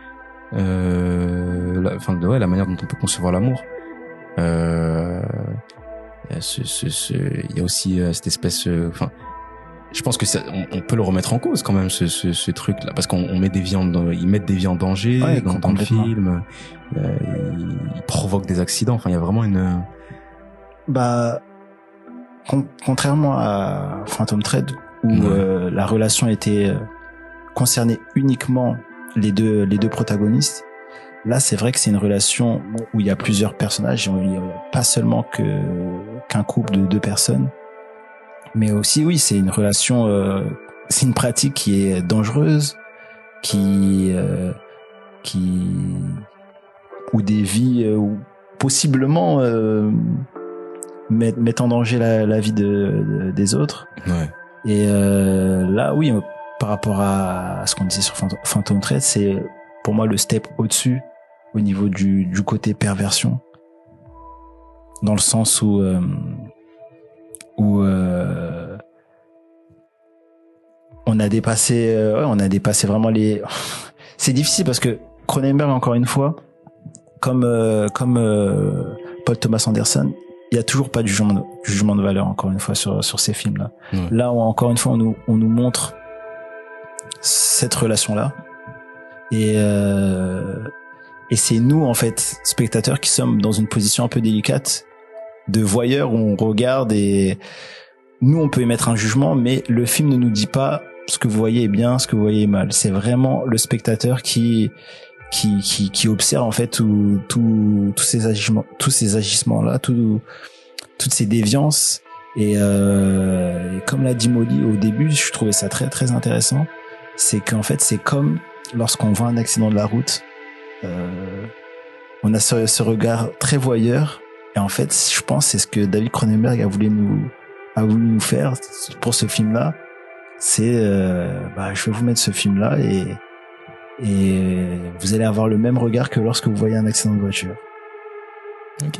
euh, la, enfin, de, ouais, la manière dont on peut concevoir l'amour. Euh, ce, ce, ce, il y a aussi euh, cette espèce, enfin, euh, je pense que ça, on, on peut le remettre en cause quand même, ce, ce, ce truc-là, parce qu'on on met des vies en, ils mettent des vies en danger ouais, dans, dans le film, euh, ils provoquent des accidents. Enfin, il y a vraiment une. Bah, con- contrairement à Phantom Thread, où ouais. euh, la relation était euh, concernait uniquement les deux les deux protagonistes. Là, c'est vrai que c'est une relation où il y a plusieurs personnages, il n'y a pas seulement que qu'un couple de deux personnes, mais aussi, oui, c'est une relation, euh, c'est une pratique qui est dangereuse, qui, euh, qui, où des vies, euh, où possiblement euh, mettent, mettent en danger la, la vie de, de, des autres. Ouais. Et euh, là, oui, par rapport à ce qu'on disait sur Phantom Thread, c'est pour moi le step au-dessus au niveau du, du côté perversion, dans le sens où euh, où euh, on a dépassé euh, ouais, on a dépassé vraiment les c'est difficile parce que Cronenberg, encore une fois, comme euh, comme euh, Paul Thomas Anderson, il y a toujours pas de jugement de, jugement de valeur, encore une fois, sur sur ces films là. Mmh. Là où, encore une fois, on nous on nous montre cette relation là et euh, et c'est nous, en fait, spectateurs, qui sommes dans une position un peu délicate de voyeurs, où on regarde et nous, on peut émettre un jugement, mais le film ne nous dit pas ce que vous voyez est bien, ce que vous voyez est mal. C'est vraiment le spectateur qui qui qui, qui observe, en fait, tout, tout, tous ces agissements, tous ces agissements là, tout, toutes ces déviances. Et, euh, et comme l'a dit Molly au début, je trouvais ça très très intéressant. C'est qu'en fait, c'est comme lorsqu'on voit un accident de la route. Euh, on a ce, ce regard très voyeur, et en fait, je pense c'est ce que David Cronenberg a voulu nous a voulu nous faire pour ce film-là. C'est euh, bah je vais vous mettre ce film-là et et vous allez avoir le même regard que lorsque vous voyez un accident de voiture. Ok.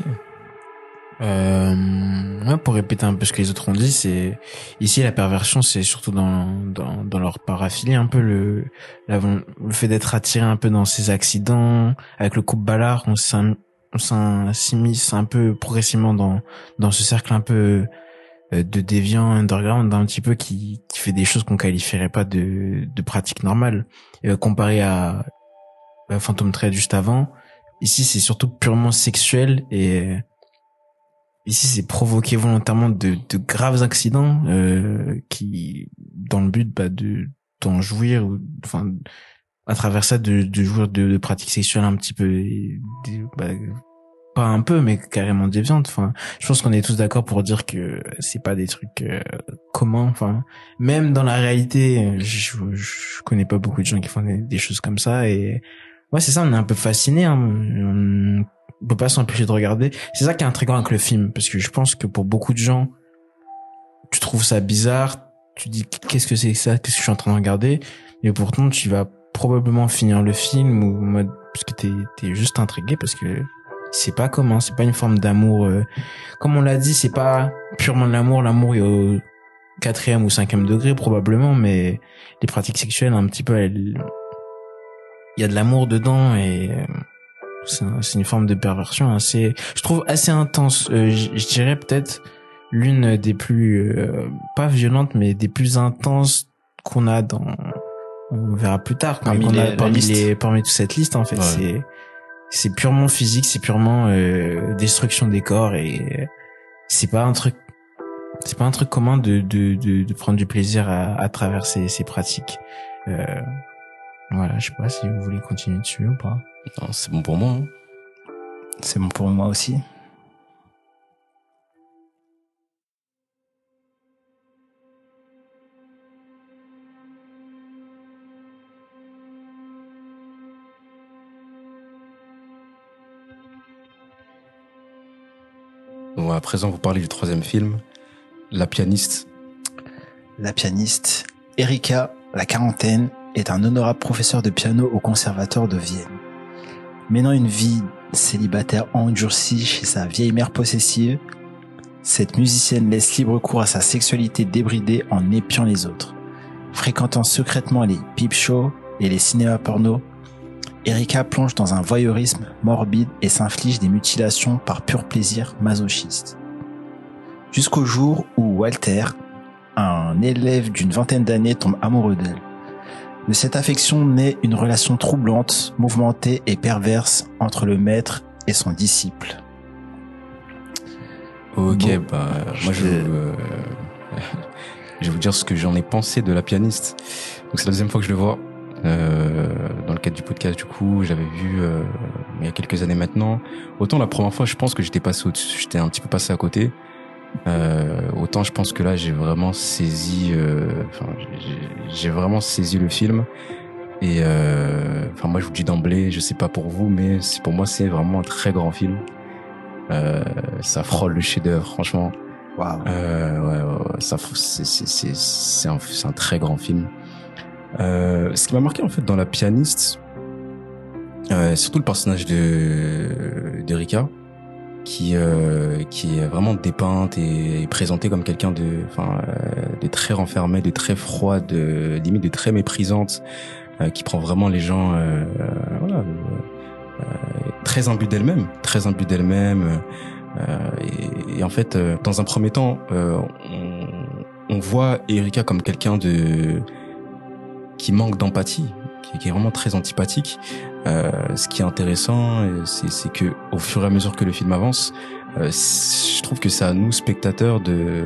Euh, ouais, pour répéter un peu ce que les autres ont dit, c'est ici la perversion, c'est surtout dans dans dans leur paraphilie, un peu le la, le fait d'être attiré un peu dans ces accidents avec le couple Ballard, on s'in, on s'immisce un peu progressivement dans dans ce cercle un peu de déviants underground, un petit peu qui qui fait des choses qu'on qualifierait pas de de pratiques normales, euh, comparé à, à Phantom Thread juste avant. Ici, c'est surtout purement sexuel et ici, c'est provoquer volontairement de, de graves accidents euh, qui, dans le but bah, de d'en jouir, ou enfin à travers ça de, de jouir de, de pratiques sexuelles un petit peu, de, bah, pas un peu, mais carrément déviantes. Enfin, je pense qu'on est tous d'accord pour dire que c'est pas des trucs euh, communs. Enfin, même dans la réalité, je, je connais pas beaucoup de gens qui font des, des choses comme ça. Et ouais, c'est ça, on est un peu fasciné. Hein. On, on peut pas s'empêcher de regarder. C'est ça qui est intriguant avec le film, parce que je pense que pour beaucoup de gens, tu trouves ça bizarre, tu dis qu'est-ce que c'est que ça, qu'est-ce que je suis en train de regarder, et pourtant tu vas probablement finir le film ou mode parce que t'es t'es juste intrigué, parce que c'est pas commun, c'est pas une forme d'amour. Euh, comme on l'a dit, c'est pas purement de l'amour. L'amour est au quatrième ou cinquième degré probablement, mais les pratiques sexuelles un petit peu, il y a de l'amour dedans et c'est, un, c'est une forme de perversion assez, je trouve assez intense. Euh, je, je dirais peut-être l'une des plus euh, pas violentes, mais des plus intenses qu'on a dans. On verra plus tard quand parmi on les, a parmi liste. les parmi toute cette liste en fait. Ouais. C'est c'est purement physique, c'est purement euh, destruction des corps et c'est pas un truc c'est pas un truc commun de de de, de prendre du plaisir à, à travers ces, ces pratiques. Euh, voilà, je sais pas si vous voulez continuer dessus ou pas. Non, c'est bon pour moi. Hein. C'est bon pour moi aussi. Bon, à présent, vous parlez du troisième film, La pianiste. La pianiste. Erika, la quarantaine, est un honorable professeur de piano au conservatoire de Vienne. Menant une vie célibataire endurcie chez sa vieille mère possessive, cette musicienne laisse libre cours à sa sexualité débridée en épiant les autres. Fréquentant secrètement les peep shows et les cinémas porno, Erika plonge dans un voyeurisme morbide et s'inflige des mutilations par pur plaisir masochiste. Jusqu'au jour où Walter, un élève d'une vingtaine d'années, tombe amoureux d'elle. De cette affection naît une relation troublante, mouvementée et perverse entre le maître et son disciple. Ok, Bon, bah moi je, je- euh, je vais vous dire ce que j'en ai pensé de La Pianiste. Donc c'est la deuxième fois que je le vois. Euh, dans le cadre du podcast, du coup, j'avais vu euh, il y a quelques années maintenant. Autant la première fois, je pense que j'étais passé au-dessus, j'étais un petit peu passé à côté. Euh, autant je pense que là, j'ai vraiment saisi, euh, enfin, j'ai, j'ai vraiment saisi le film. Et euh, enfin, moi, je vous dis d'emblée, je sais pas pour vous, mais c'est pour moi, c'est vraiment un très grand film. Euh, ça frôle le chef-d'œuvre, franchement. Waouh. Euh, ouais, ouais, ouais, ça, c'est, c'est, c'est, c'est un, c'est un très grand film. Euh, ce qui m'a marqué en fait dans La Pianiste, euh, surtout le personnage de d'Erika, qui euh, qui est vraiment dépeinte et présentée comme quelqu'un de, enfin, euh, de très renfermé, de très froid, de limite de très méprisante, euh, qui prend vraiment les gens, euh, euh, voilà, euh, euh, très imbue d'elle-même, très imbue d'elle-même. Euh, et, et en fait, euh, dans un premier temps, euh, on, on voit Erika comme quelqu'un de qui manque d'empathie, qui, qui est vraiment très antipathique. Euh, ce qui est intéressant, euh, c'est, c'est que au fur et à mesure que le film avance, euh, je trouve que c'est à nous spectateurs de,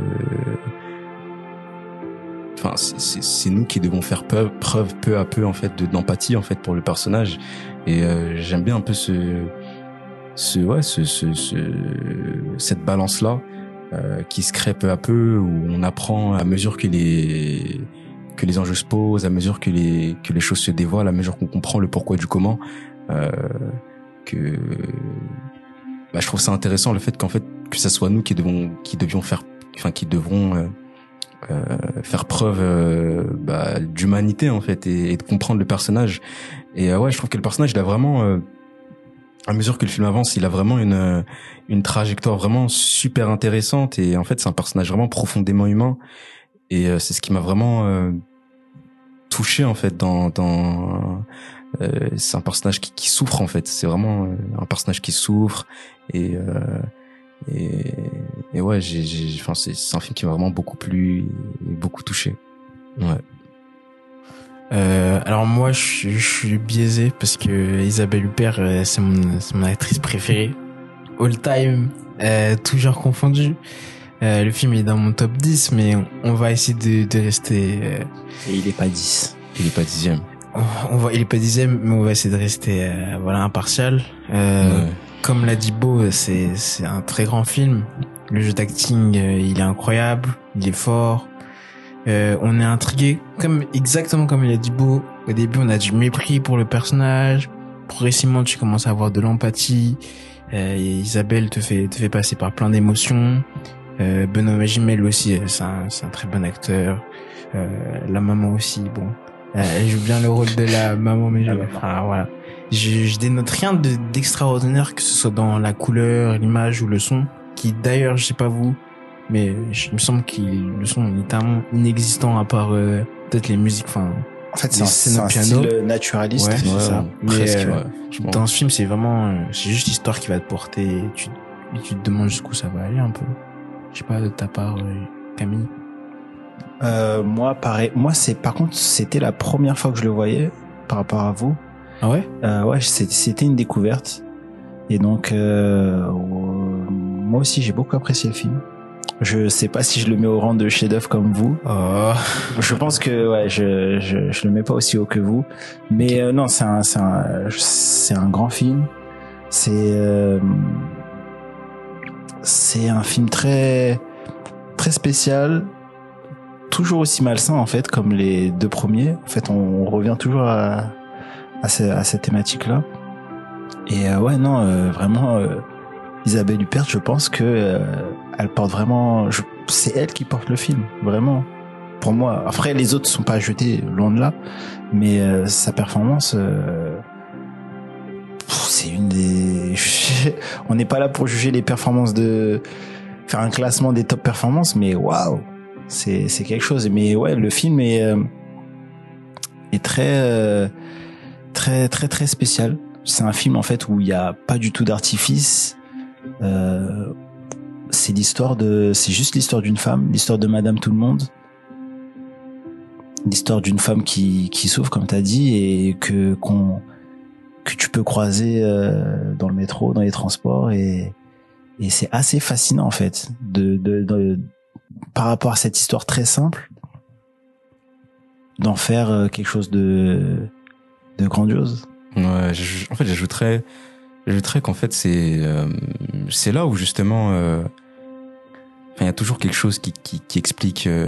enfin, c'est, c'est, c'est nous qui devons faire preuve, preuve peu à peu en fait de d'empathie en fait pour le personnage. Et euh, j'aime bien un peu ce, ce, ouais, ce, ce, ce cette balance là euh, qui se crée peu à peu, où on apprend à mesure que les que les enjeux se posent, à mesure que les que les choses se dévoilent, à mesure qu'on comprend le pourquoi du comment, euh, que bah, je trouve ça intéressant le fait qu'en fait que ça soit nous qui devons qui devions faire, enfin qui devrons euh, euh, faire preuve euh, bah, d'humanité en fait et, et de comprendre le personnage. Et euh, ouais, je trouve que le personnage il a vraiment euh, à mesure que le film avance, il a vraiment une une trajectoire vraiment super intéressante, et en fait c'est un personnage vraiment profondément humain. Et euh, c'est ce qui m'a vraiment euh, touché en fait dans dans euh, c'est un personnage qui, qui souffre en fait. C'est vraiment euh, un personnage qui souffre, et euh, et, et ouais, j'ai j'ai enfin c'est c'est un film qui m'a vraiment beaucoup plu et beaucoup touché. Ouais. Euh, alors moi, je, suis- je suis biaisé parce que Isabelle Huppert, euh, c'est mon, c'est mon actrice préférée. All time, euh, tout genre confondu. Euh, le film est dans mon top dix, mais on, on va essayer de, de rester... euh, Et il est pas dix. Il est pas dixième. on va, il est pas dixième, mais on va essayer de rester euh, voilà impartial. Euh, Ouais. Comme l'a dit Beau, c'est c'est un très grand film. Le jeu d'acting, euh, il est incroyable, il est fort. Euh, on est intrigué, comme exactement comme il a dit Beau. Au début, on a du mépris pour le personnage. Progressivement, tu commences à avoir de l'empathie. Euh, et Isabelle te fait te fait passer par plein d'émotions. Euh, Benoît Magimel aussi, euh, c'est un, c'est un très bon acteur. Euh, la maman aussi, bon. Euh, elle joue bien le rôle de la maman, mais je, La maman. enfin, voilà. Je, je dénote rien de, d'extraordinaire, que ce soit dans la couleur, l'image ou le son, qui d'ailleurs, je sais pas vous, mais je, il me semble que le son est littéralement inexistant à part euh, peut-être les musiques, enfin, En fait, c'est Les un, scènes c'est au un piano. style naturaliste. Ouais, c'est ça. Mais, Presque, euh, ouais. franchement. dans ce film, c'est vraiment, euh, c'est juste l'histoire qui va te porter, et tu, et tu te demandes jusqu'où ça va aller un peu. Je sais pas, de ta part, euh, Camille. Euh, moi, pareil. Moi, c'est par contre, c'était la première fois que je le voyais par rapport à vous. Ah ouais? Euh, ouais, c'est- c'était une découverte. Et donc, euh, euh, moi aussi, j'ai beaucoup apprécié le film. Je sais pas si je le mets au rang de chef-d'œuvre comme vous. Oh. Je pense que ouais, je je je le mets pas aussi haut que vous. Mais euh, non, c'est un c'est un c'est un grand film. C'est euh, c'est un film très très spécial, toujours aussi malsain en fait comme les deux premiers. En fait, on, on revient toujours à à, ce, à cette thématique là. Et euh, ouais, non, euh, vraiment, euh, Isabelle Huppert, je pense que euh, elle porte vraiment. Je, c'est elle qui porte le film, vraiment. Pour moi. Après, les autres sont pas jetés, loin de là, mais euh, sa performance, euh, pff, c'est une des. On n'est pas là pour juger les performances de faire un classement des top performances, mais waouh, c'est c'est quelque chose. Mais ouais, le film est euh, est très euh, très très très spécial. C'est un film en fait où il y a pas du tout d'artifice. Euh, c'est l'histoire de, c'est juste l'histoire d'une femme, l'histoire de Madame Tout le Monde, l'histoire d'une femme qui qui souffre comme t'as dit et que qu'on que tu peux croiser euh, dans le métro, dans les transports et et c'est assez fascinant en fait de de, de par rapport à cette histoire très simple d'en faire quelque chose de de grandiose. Ouais, je, en fait, j'ajouterais, j'ajouterais qu'en fait, c'est, euh, c'est là où justement, euh, enfin, il y a toujours quelque chose qui, qui, qui explique. Euh,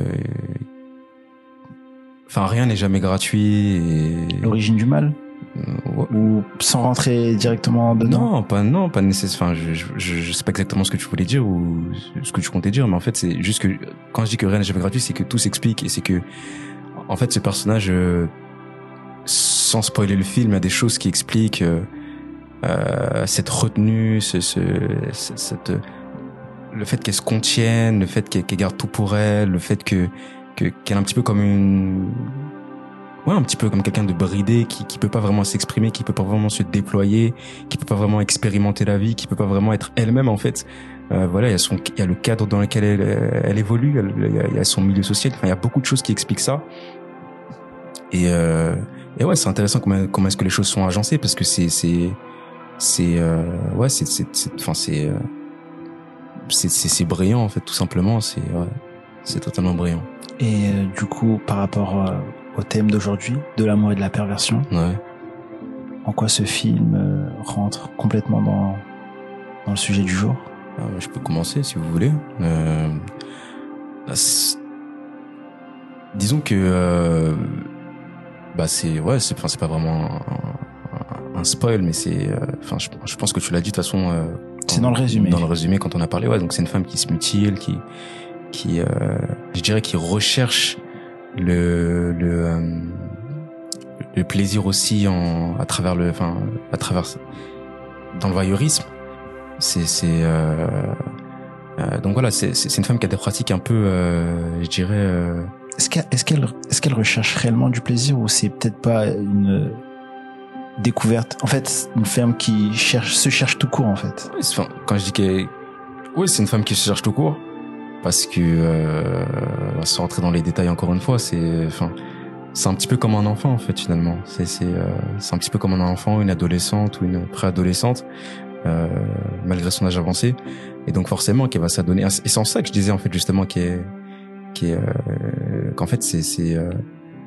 enfin, rien n'est jamais gratuit. Et... L'origine du mal. Ouais. Ou sans rentrer directement dedans. Non, pas non, pas nécessairement. Enfin, je, je, je sais pas exactement ce que tu voulais dire ou ce que tu comptais dire, mais en fait, c'est juste que quand je dis que rien n'est jamais gratuit, c'est que tout s'explique et c'est que, en fait, ce personnage. Euh, sans spoiler le film, il y a des choses qui expliquent euh, euh, cette retenue, ce, ce, cette, le fait qu'elle se contienne, le fait qu'elle, qu'elle garde tout pour elle, le fait que, que qu'elle est un petit peu comme une, ouais, un petit peu comme quelqu'un de bridé qui qui peut pas vraiment s'exprimer, qui peut pas vraiment se déployer, qui peut pas vraiment expérimenter la vie, qui peut pas vraiment être elle-même en fait. Euh, voilà, il y a son, il y a le cadre dans lequel elle, elle évolue, il y a, il y a son milieu social. Enfin, il y a beaucoup de choses qui expliquent ça. Et euh, Et ouais, c'est intéressant comment, comment est-ce que les choses sont agencées parce que c'est c'est c'est euh, ouais c'est c'est enfin c'est euh, c'est c'est c'est brillant en fait tout simplement, c'est ouais, c'est totalement brillant. Et euh, du coup par rapport euh, au thème d'aujourd'hui de l'amour et de la perversion, ouais. En quoi ce film euh, rentre complètement dans dans le sujet du jour? Ah, je peux commencer si vous voulez. Euh, disons que euh, bah c'est ouais c'est enfin c'est pas vraiment un, un, un spoil mais c'est enfin euh, je, je pense que tu l'as dit de toute façon euh, c'est dans le résumé dans le résumé quand on a parlé ouais donc c'est une femme qui se mutile qui qui euh, je dirais qui recherche le le euh, le plaisir aussi en à travers le enfin à travers dans le voyeurisme c'est c'est euh, euh, donc voilà c'est c'est une femme qui a des pratiques un peu euh, je dirais euh, Est-ce qu'elle, est-ce qu'elle, est-ce qu'elle recherche réellement du plaisir ou c'est peut-être pas une découverte? En fait, une femme qui cherche, se cherche tout court, en fait. Oui, enfin, quand je dis qu'elle, oui, c'est une femme qui se cherche tout court. Parce que, euh, sans rentrer dans les détails encore une fois, c'est, enfin, c'est un petit peu comme un enfant, en fait, finalement. C'est, c'est, euh, c'est un petit peu comme un enfant, une adolescente ou une préadolescente, euh, malgré son âge avancé. Et donc, forcément, qu'elle va s'adonner. Et c'est en ça que je disais, en fait, justement, qu'elle, qui est euh, qu'en fait c'est c'est euh,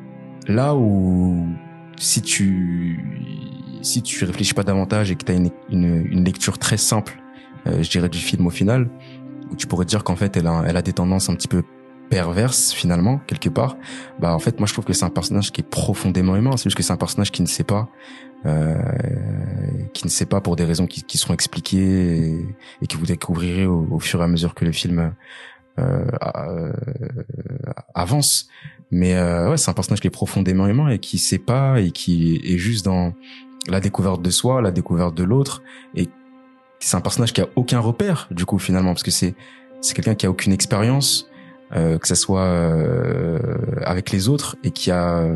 là où si tu si tu réfléchis pas davantage et que tu as une, une une lecture très simple euh, je dirais du film au final où tu pourrais te dire qu'en fait elle a elle a des tendances un petit peu perverses finalement quelque part bah en fait moi je trouve que c'est un personnage qui est profondément humain, c'est juste que c'est un personnage qui ne sait pas euh, qui ne sait pas pour des raisons qui, qui seront expliquées et, et que vous découvrirez au, au fur et à mesure que le film Euh, euh, avance, mais euh, ouais, c'est un personnage qui est profondément humain et qui sait pas et qui est juste dans la découverte de soi, la découverte de l'autre, et c'est un personnage qui a aucun repère du coup finalement parce que c'est c'est quelqu'un qui a aucune expérience, euh, que ça soit euh, avec les autres et qui a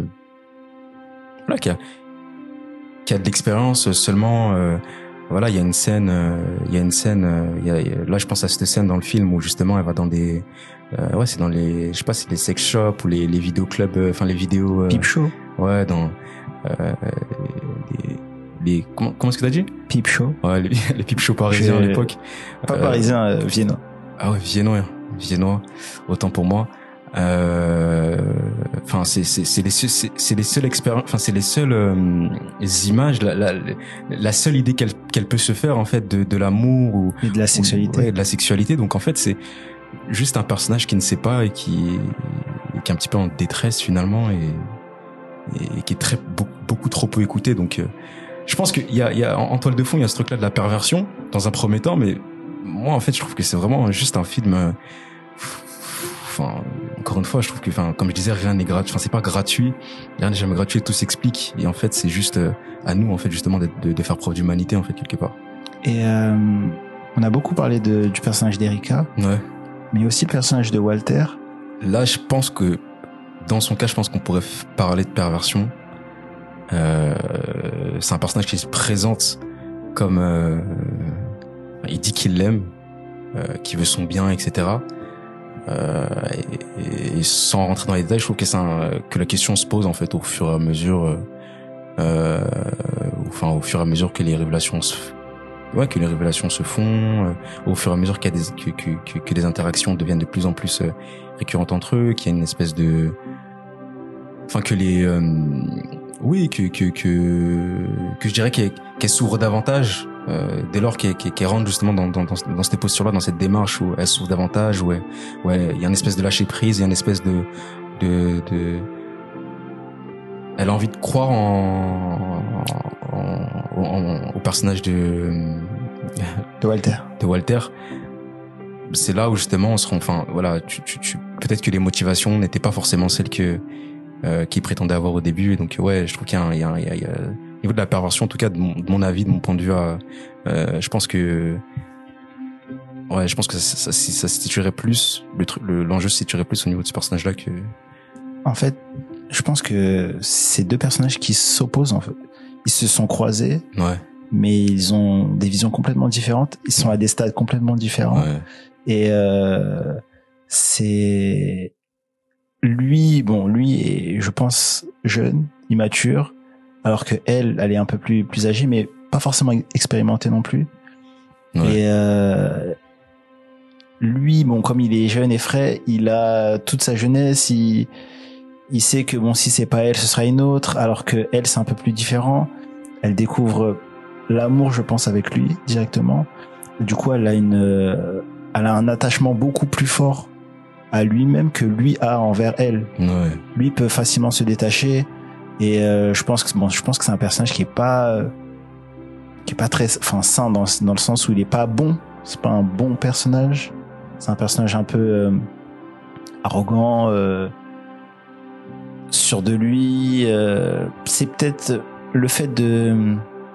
voilà qui a qui a de l'expérience seulement. Euh, Voilà, il y a une scène, euh, il y a une scène, euh, il y a, là je pense à cette scène dans le film où justement elle va dans des, euh, ouais c'est dans les, je sais pas si c'est les sex shops ou les, les vidéoclubs, euh, enfin les vidéos. Euh, Peep show. Ouais, dans euh, les, les, comment, comment est-ce que t'as dit? Peep show. Ouais, les, les peep shows parisiens à l'époque. Pas euh, parisiens, euh, viennois. Ah ouais, viennois, viennois, autant pour moi. Enfin, euh, c'est c'est c'est les c'est, c'est les seules expériences, enfin c'est les seules euh, images, la, la la seule idée qu'elle qu'elle peut se faire en fait de de l'amour ou et de la sexualité. Ou, ouais, de la sexualité. Donc en fait c'est juste un personnage qui ne sait pas et qui et qui est un petit peu en détresse finalement et et qui est très beaucoup, beaucoup trop peu écouté. Donc euh, je pense qu'il y a il y a en, en toile de fond il y a ce truc là de la perversion dans un premier temps, mais moi en fait je trouve que c'est vraiment juste un film. Euh, Enfin, encore une fois, je trouve que, enfin, comme je disais, rien n'est gratuit. Enfin, c'est pas gratuit. Rien n'est jamais gratuit. Tout s'explique. Et en fait, c'est juste euh, à nous, en fait, justement, de, de, de faire preuve d'humanité, en fait, quelque part. Et euh, on a beaucoup parlé de, du personnage d'Erika. Ouais. Mais aussi le personnage de Walter. Là, je pense que, dans son cas, je pense qu'on pourrait parler de perversion. Euh, c'est un personnage qui se présente comme euh, il dit qu'il l'aime, euh, qu'il veut son bien, et cetera. Euh, et, et sans rentrer dans les détails, je trouve que, c'est un, que la question se pose en fait au fur et à mesure, euh, enfin au fur et à mesure que les révélations se, ouais, que les révélations se font, euh, au fur et à mesure qu'il y a des, que, que, que, que les interactions deviennent de plus en plus euh, récurrentes entre eux, qu'il y a une espèce de, enfin que les, euh, oui, que que que que je dirais qu'elle, qu'elle s'ouvre davantage. Euh, dès lors qu'elle, qu'elle, qu'elle rentre justement dans, dans, dans, dans cette posture-là, dans cette démarche où elle s'ouvre davantage, où elle, ouais, il y a une espèce de lâcher prise, il y a une espèce de, de, de, elle a envie de croire en, en, en au personnage de, de Walter. De Walter. C'est là où justement on se rend, enfin, voilà, tu, tu, tu, peut-être que les motivations n'étaient pas forcément celles que, euh, qu'il prétendait avoir au début, et donc, ouais, je trouve qu'il y a un, il y a, il y a, il y a au niveau de la perversion, en tout cas, de mon, de mon avis, de mon point de vue, euh, euh, je pense que, ouais, je pense que ça, ça, ça, ça se situerait plus, le truc, le, l'enjeu se situerait plus au niveau de ce personnage-là que. En fait, je pense que c'est deux personnages qui s'opposent, en fait. Ils se sont croisés. Ouais. Mais ils ont des visions complètement différentes. Ils sont à des stades complètement différents. Ouais. Et, euh, c'est, lui, bon, lui est, je pense, jeune, immature. Alors que elle, elle est un peu plus plus âgée, mais pas forcément expérimentée non plus. Ouais. Et euh, lui, bon, comme il est jeune et frais, il a toute sa jeunesse. Il il sait que bon, si c'est pas elle, ce sera une autre. Alors que elle, c'est un peu plus différent. Elle découvre l'amour, je pense, avec lui directement. Du coup, elle a une, elle a un attachement beaucoup plus fort à lui-même que lui a envers elle. Ouais. Lui peut facilement se détacher. Et euh, je pense que bon, je pense que c'est un personnage qui est pas euh, qui est pas très enfin sain dans dans le sens où il est pas bon, c'est pas un bon personnage. C'est un personnage un peu euh, arrogant, euh, sûr de lui, euh, c'est peut-être le fait de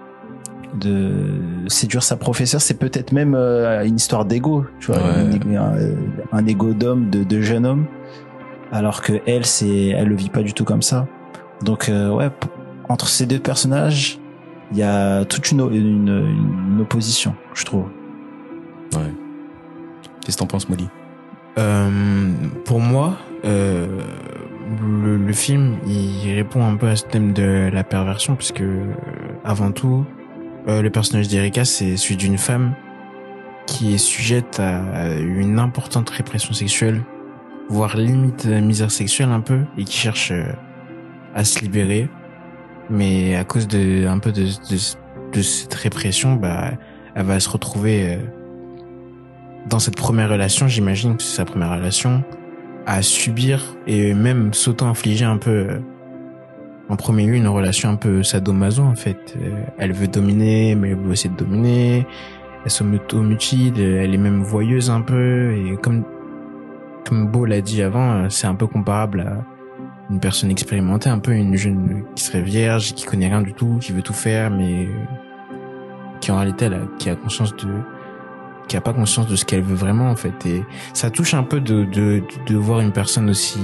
de séduire sa professeure, c'est peut-être même euh, une histoire d'ego, tu vois, ouais. une, un, un ego d'homme, de, de jeune homme, alors que elle, c'est, elle le vit pas du tout comme ça. Donc euh, ouais, p- entre ces deux personnages, il y a toute une, une, une opposition, je trouve. Ouais. Qu'est-ce que t'en penses, Molly? Euh, pour moi, euh, le, le film, il répond un peu à ce thème de la perversion, puisque euh, avant tout, euh, le personnage d'Erika, c'est celui d'une femme qui est sujette à une importante répression sexuelle, voire limite misère sexuelle un peu, et qui cherche euh, à se libérer, mais à cause de un peu de, de, de cette répression, bah, elle va se retrouver euh, dans cette première relation, j'imagine que c'est sa première relation, à subir et même s'auto-infliger un peu euh, en premier lieu une relation un peu sadomaso en fait. Euh, elle veut dominer, mais elle veut aussi être dominée. Elle s'auto-mutile, elle est même voyeuse un peu, et comme comme Beau l'a dit avant, c'est un peu comparable à une personne expérimentée, un peu une jeune qui serait vierge, qui connaît rien du tout, qui veut tout faire, mais qui en réalité elle a, qui a conscience de, qui a pas conscience de ce qu'elle veut vraiment en fait. Et ça touche un peu de de de voir une personne aussi,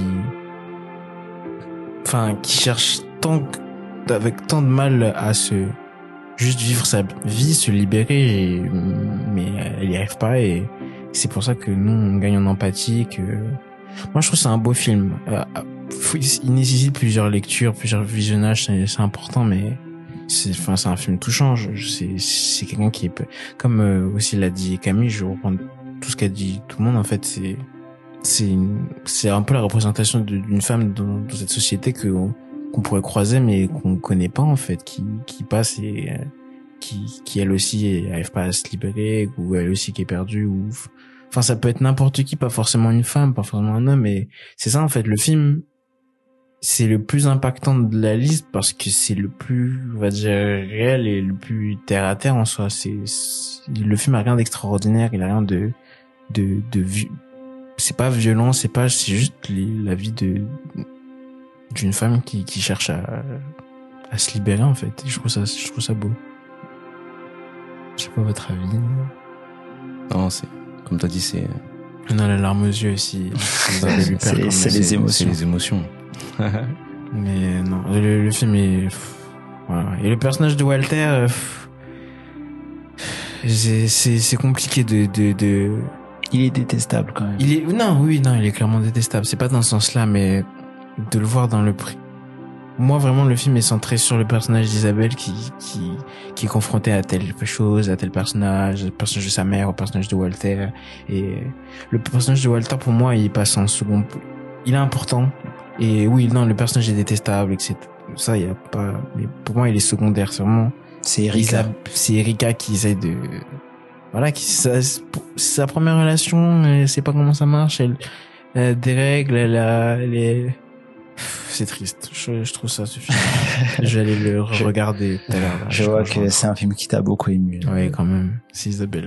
enfin, qui cherche tant avec tant de mal à se juste vivre sa vie, se libérer, et, mais elle y arrive pas, et c'est pour ça que nous on gagne en empathie. Que moi je trouve que c'est un beau film. Euh, il nécessite plusieurs lectures, plusieurs visionnages, c'est, c'est important, mais c'est, enfin, c'est un film touchant. Je, c'est, c'est quelqu'un qui est, comme euh, aussi l'a dit Camille, je reprends tout ce qu'a dit tout le monde. En fait, c'est, c'est, une, c'est un peu la représentation de, d'une femme dans, dans cette société que qu'on pourrait croiser, mais qu'on connaît pas en fait, qui, qui passe et euh, qui, qui elle aussi arrive pas à se libérer, ou elle aussi qui est perdue, ou enfin ça peut être n'importe qui, pas forcément une femme, pas forcément un homme, mais c'est ça en fait. Le film, c'est le plus impactant de la liste parce que c'est le plus, on va dire, réel et le plus terre à terre en soi. C'est, c'est le film a rien d'extraordinaire, il a rien de de de c'est pas violent, c'est pas, c'est juste les, la vie de d'une femme qui qui cherche à à se libérer en fait. Et je trouve ça je trouve ça beau. Je sais pas votre avis. Non, c'est comme t'as dit, c'est on a la larme aux yeux aussi. Vous avez lu c'est, c'est les émotions. C'est les émotions. Mais non, le, le film est Voilà. Et le personnage de Walter, euh, c'est, c'est, c'est compliqué de, de, de... Il est détestable quand même. Il est, non, oui, non, il est clairement détestable. C'est pas dans ce sens-là, mais de le voir dans le prix. Moi, vraiment, le film est centré sur le personnage d'Isabelle qui, qui, qui est confronté à telle chose, à tel personnage, le personnage de sa mère, au personnage de Walter. Et le personnage de Walter, pour moi, il passe en second. Il est important. Et oui, non, le personnage est détestable, et cetera. Ça, il y a pas, mais pour moi, il est secondaire. C'est vraiment, c'est Erika. Isab... C'est Erika qui essaie de, voilà, qui, ça, c'est sa première relation, elle sait pas comment ça marche, elle, elle a des règles, elle a, elle est, c'est triste. Je, je trouve ça suffisant. Je vais aller le regarder tout à l'heure. Je, je vois que c'est un film qui t'a beaucoup ému. Oui, quand même. C'est Isabelle.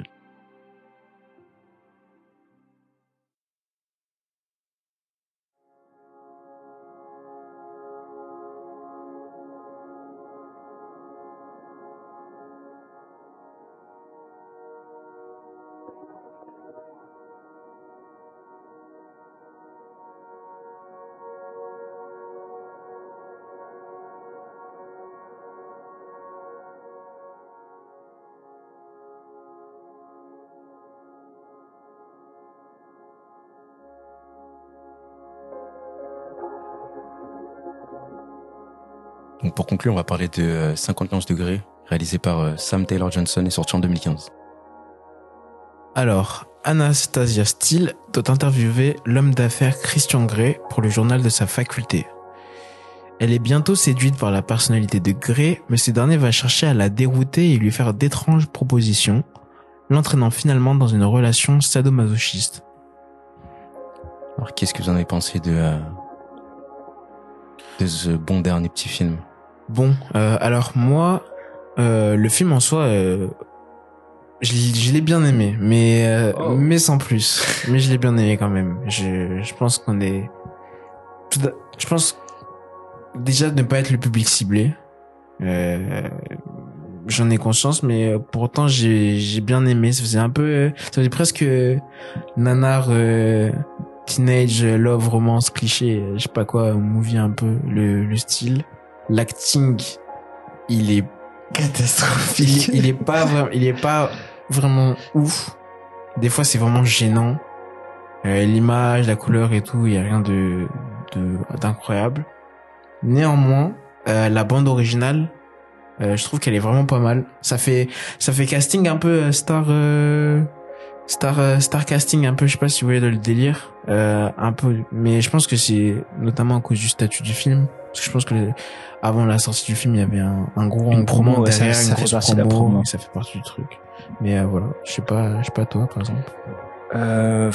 Donc pour conclure, on va parler de cinquante et onze degrés, réalisé par Sam Taylor Johnson et sorti en deux mille quinze. Alors, Anastasia Steele doit interviewer l'homme d'affaires Christian Grey pour le journal de sa faculté. Elle est bientôt séduite par la personnalité de Grey, mais ce dernier va chercher à la dérouter et lui faire d'étranges propositions, l'entraînant finalement dans une relation sadomasochiste. Alors qu'est-ce que vous en avez pensé de, euh, de ce bon dernier petit film? Bon, euh, alors moi, euh, le film en soi, euh, je, je l'ai bien aimé, mais euh, oh. mais sans plus. Mais je l'ai bien aimé quand même. Je, je pense qu'on est, je pense déjà de ne pas être le public ciblé. Euh, j'en ai conscience, mais pourtant j'ai j'ai bien aimé. Ça faisait un peu, ça faisait presque nanar, euh, teenage love romance cliché, je sais pas quoi, movie un peu le le style. L'acting, il est catastrophique. Il, il est pas vraiment, il est pas vraiment ouf. Des fois, c'est vraiment gênant. Euh, l'image, la couleur et tout, il y a rien de, de d'incroyable. Néanmoins, euh, la bande originale, euh, je trouve qu'elle est vraiment pas mal. Ça fait, ça fait casting un peu star, euh, star, euh, star casting un peu. Je sais pas si vous voyez le délire, euh, un peu. Mais je pense que c'est notamment à cause du statut du film. Parce que je pense que les, avant la sortie du film, il y avait un, un gros une promo derrière, ça, une ça grosse fait partie promo, de la promo, ouais. ça fait partie du truc. Mais euh, voilà, je sais pas, je sais pas toi par exemple. Euh,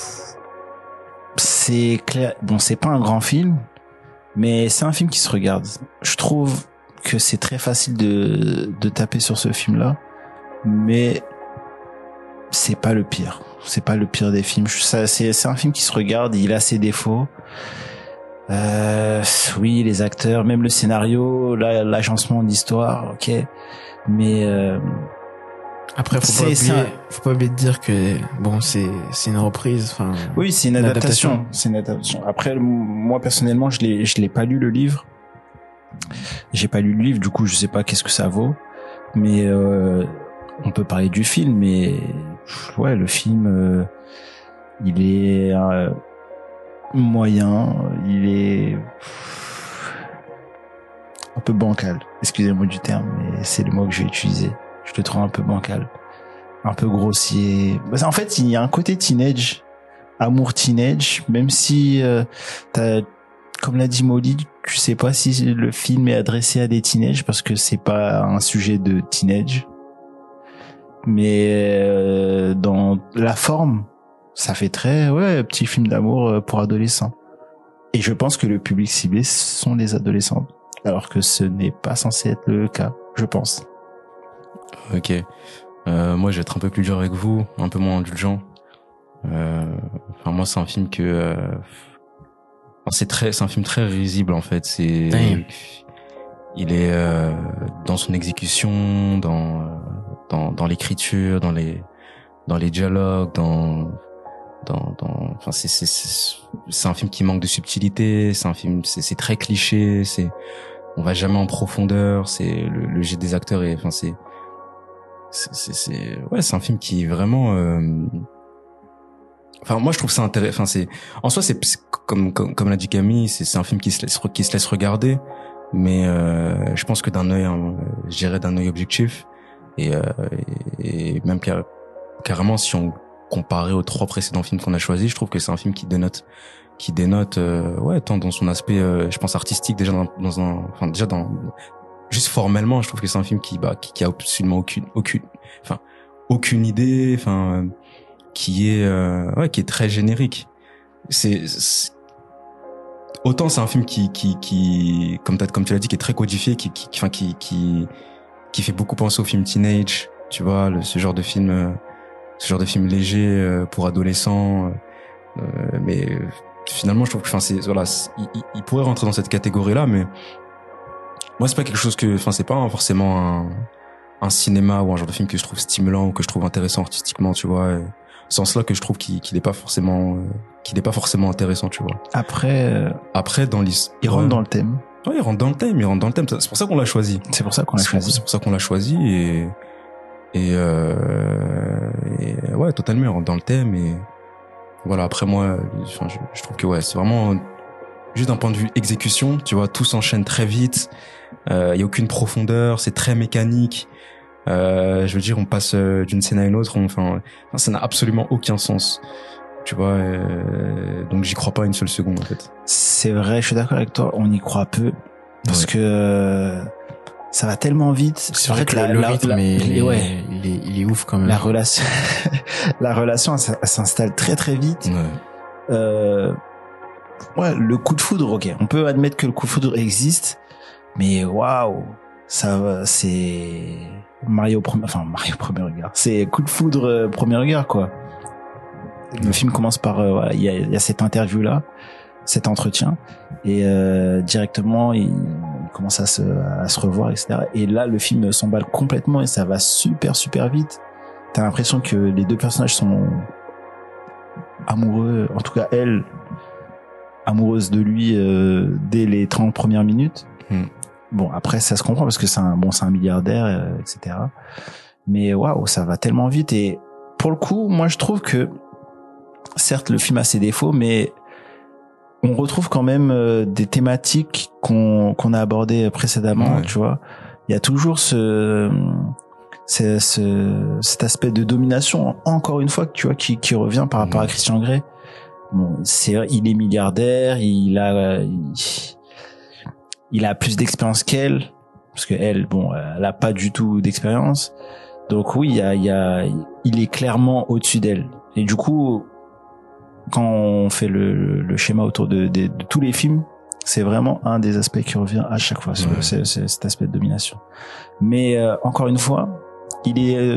c'est clair. Bon, c'est pas un grand film, mais c'est un film qui se regarde. Je trouve que c'est très facile de de taper sur ce film-là, mais c'est pas le pire. C'est pas le pire des films. Ça, c'est c'est un film qui se regarde. Il a ses défauts. Euh, oui, les acteurs, même le scénario, là, l'agencement d'histoire, ok. Mais euh, après, faut pas oublier, un... faut pas oublier de dire que bon, c'est c'est une reprise. Enfin, oui, c'est une, une adaptation. adaptation. C'est une adaptation. Après, moi personnellement, je l'ai, je l'ai pas lu le livre. J'ai pas lu le livre, du coup, je sais pas qu'est-ce que ça vaut. Mais euh, on peut parler du film, mais ouais, le film, euh, il est euh, moyen, il est un peu bancal. Excusez-moi du terme, mais c'est le mot que je vais utiliser. Je le trouve un peu bancal, un peu grossier. En fait, il y a un côté teenage, amour teenage, même si euh, t'as, comme l'a dit Molly, tu sais pas si le film est adressé à des teenagers parce que c'est pas un sujet de teenage. Mais euh, dans la forme, ça fait très ouais petit film d'amour pour adolescents. Et je pense que le public ciblé sont les adolescents, alors que ce n'est pas censé être le cas, je pense. Ok. Euh, moi, je vais être un peu plus dur avec vous, un peu moins indulgent. Euh, enfin, moi, c'est un film que euh, enfin, c'est très, c'est un film très risible en fait. C'est, Damn. il est euh, dans son exécution, dans dans dans l'écriture, dans les dans les dialogues, dans dans dans. Enfin, c'est c'est c'est c'est un film qui manque de subtilité. C'est un film, c'est c'est très cliché. C'est on va jamais en profondeur. C'est le, le jeu des acteurs et enfin c'est c'est c'est, c'est ouais c'est un film qui est vraiment euh, enfin moi je trouve ça intéressant. Enfin c'est en soi c'est, c'est comme comme comme l'a dit Camille, c'est c'est un film qui se laisse qui se laisse regarder, mais euh, je pense que d'un œil hein, je dirais d'un œil objectif et, euh, et, et même car, carrément si on comparait aux trois précédents films qu'on a choisis, je trouve que c'est un film qui dénote qui dénote euh, ouais tant dans son aspect euh, je pense artistique déjà dans, dans un enfin déjà dans juste formellement je trouve que c'est un film qui bah qui, qui a absolument aucune aucune enfin aucune idée enfin qui est euh, ouais qui est très générique. C'est, c'est autant c'est un film qui qui qui comme t'as comme tu l'as dit qui est très codifié qui qui enfin qui qui qui fait beaucoup penser au film teenage, tu vois, le, ce genre de film euh, ce genre de film léger euh, pour adolescents euh, mais euh, finalement je trouve que enfin c'est voilà c'est, il, il pourrait rentrer dans cette catégorie là mais moi c'est pas quelque chose que enfin c'est pas forcément un un cinéma ou un genre de film que je trouve stimulant ou que je trouve intéressant artistiquement, tu vois. Et c'est en cela que je trouve qu'il qu'il est pas forcément euh, qu'il est pas forcément intéressant, tu vois. Après euh, après dans l'histoire il rentre dans le thème. Ouais, il rentre dans le thème, il rentre dans le thème, c'est pour ça qu'on l'a choisi. C'est pour ça qu'on l'a c'est choisi. Pour, c'est pour ça qu'on l'a choisi et et, euh, et ouais, totalement il rentre dans le thème et voilà, après moi enfin je, je trouve que ouais, c'est vraiment juste d'un point de vue exécution, tu vois, tout s'enchaîne très vite. Il euh, y a aucune profondeur, c'est très mécanique. Euh, je veux dire, on passe euh, d'une scène à une autre, on, enfin, ça n'a absolument aucun sens, tu vois. Euh, donc j'y crois pas une seule seconde en fait. C'est vrai, je suis d'accord avec toi. On y croit peu parce ouais. que euh, ça va tellement vite. C'est vrai que la, le la, rythme, la, est, il, est, ouais, il est, il est ouf quand même. La relation, la relation, elle, elle s'installe très très vite. Ouais. Euh, ouais, le coup de foudre, ok, on peut admettre que le coup de foudre existe. Mais waouh, ça c'est Mario premier, enfin Mario premier regard. C'est coup de foudre euh, premier regard quoi. Le film commence par euh, voilà, il y a, y a cette interview là, cet entretien et euh, directement il commence à se à se revoir et cetera. Et là le film s'emballe complètement et ça va super super vite. T'as l'impression que les deux personnages sont amoureux, en tout cas elle amoureuse de lui euh, dès les trente premières minutes. Hmm. Bon, après, ça se comprend parce que c'est un, bon, c'est un milliardaire, euh, et cetera. Mais waouh, ça va tellement vite. Et pour le coup, moi, je trouve que, certes, le film a ses défauts, mais on retrouve quand même euh, des thématiques qu'on, qu'on a abordées précédemment, ouais. Tu vois. Il y a toujours ce, ce, ce, cet aspect de domination, encore une fois, tu vois, qui, qui revient par rapport ouais. à Christian Grey. Bon, c'est, il est milliardaire, il a, il, il a plus d'expérience qu'elle, parce que elle, bon, elle a pas du tout d'expérience. Donc oui, il y a, il y a, il est clairement au-dessus d'elle. Et du coup, quand on fait le, le schéma autour de, de, de tous les films, c'est vraiment un des aspects qui revient à chaque fois, ouais. c'est, c'est cet aspect de domination. Mais euh, encore une fois, il est, euh,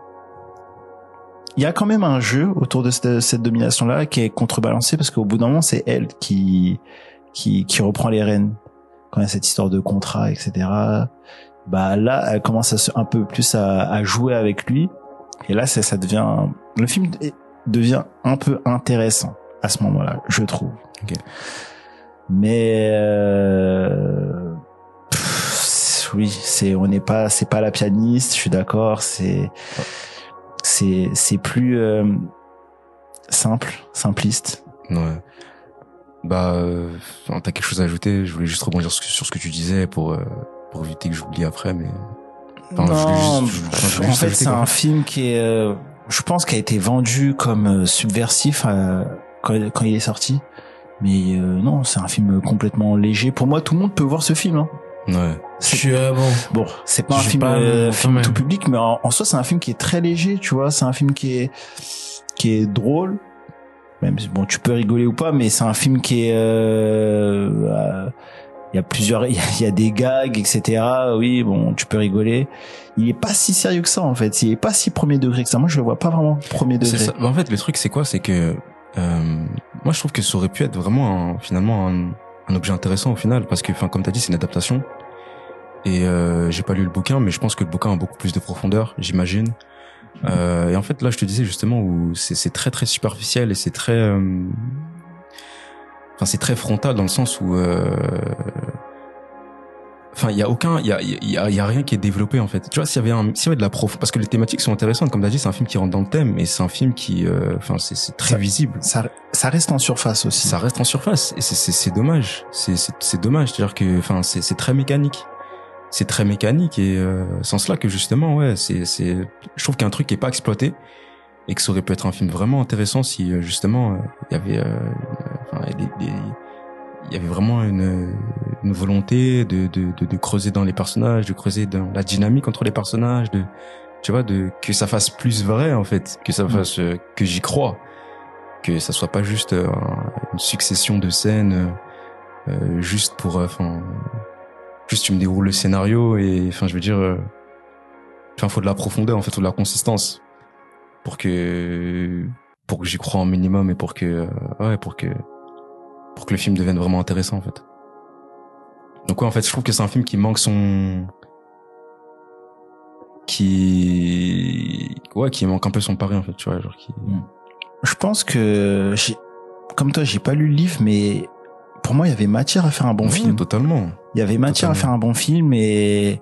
il y a quand même un jeu autour de cette, cette domination-là qui est contrebalancé parce qu'au bout d'un moment, c'est elle qui, qui, qui reprend les rênes. Quand il y a cette histoire de contrat, et cetera. Bah là, elle commence à se, un peu plus à, à jouer avec lui. Et là, ça, ça devient, le film devient un peu intéressant à ce moment-là, je trouve. Okay. Mais euh, pff, oui, c'est, on n'est pas, c'est pas la pianiste. Je suis d'accord. C'est, c'est, c'est plus euh, simple, simpliste. Ouais. Bah, euh, t'as quelque chose à ajouter? Je voulais juste rebondir sur, sur ce que tu disais pour euh, pour éviter que j'oublie après, mais enfin, non. Je juste, je, je en fait, c'est quoi. Un film qui est, euh, je pense, qui a été vendu comme euh, subversif euh, quand, quand il est sorti, mais euh, non, c'est un film complètement léger. Pour moi, tout le monde peut voir ce film. Hein. Ouais. Je suis euh, bon. Bon, c'est pas un film, pas, euh, film tout public, mais en, en soi, c'est un film qui est très léger. Tu vois, c'est un film qui est qui est drôle. Même bon, tu peux rigoler ou pas, mais c'est un film qui est, euh, euh, il y a plusieurs, il y a, il y a des gags, et cetera. Oui, bon, tu peux rigoler. Il est pas si sérieux que ça, en fait. Il est pas si premier degré que ça. Moi, je le vois pas vraiment premier degré. C'est ça. En fait, le truc, c'est quoi? C'est que, euh, moi, je trouve que ça aurait pu être vraiment un, finalement un, un objet intéressant au final, parce que, enfin, comme t'as dit, c'est une adaptation. Et euh, j'ai pas lu le bouquin, mais je pense que le bouquin a beaucoup plus de profondeur, j'imagine. Euh, et en fait, là, je te disais justement où c'est, c'est très très superficiel et c'est très, euh, enfin, c'est très frontal dans le sens où, euh, enfin, il y a aucun, il y a, il y a, il y a rien qui est développé, en fait. Tu vois, s'il y avait un, s'il y avait de la prof, parce que les thématiques sont intéressantes, comme t'as dit, c'est un film qui rentre dans le thème, et c'est un film qui, euh, enfin, c'est, c'est très ça, visible. Ça, ça reste en surface aussi. Ça reste en surface, et c'est, c'est, c'est dommage. C'est, c'est, c'est dommage. C'est-à-dire que, enfin, c'est, c'est très mécanique. C'est très mécanique, et, euh, sans cela que justement, ouais, c'est, c'est, je trouve qu'il y a un truc qui est pas exploité, et que ça aurait pu être un film vraiment intéressant si, justement, il y avait, euh, enfin, des, des, il y avait vraiment une, une volonté de, de, de, de creuser dans les personnages, de creuser dans la dynamique entre les personnages, de, tu vois, de, que ça fasse plus vrai, en fait, que ça fasse, euh, que j'y crois, que ça soit pas juste euh, une succession de scènes, euh, juste pour, enfin, euh, juste tu me déroules le scénario et, enfin, je veux dire, euh, enfin, faut de la profondeur, en fait, faut de la consistance pour que, pour que j'y croie un minimum et pour que, euh, ouais, pour que, pour que le film devienne vraiment intéressant, en fait. Donc ouais, en fait, je trouve que c'est un film qui manque son, qui, ouais, qui manque un peu son pari, en fait, tu vois, genre qui. Je pense que j'ai, comme toi, j'ai pas lu le livre, mais pour moi, il y avait matière à faire un bon Oui, film. Totalement. Il y avait matière Totalement. à faire un bon film, et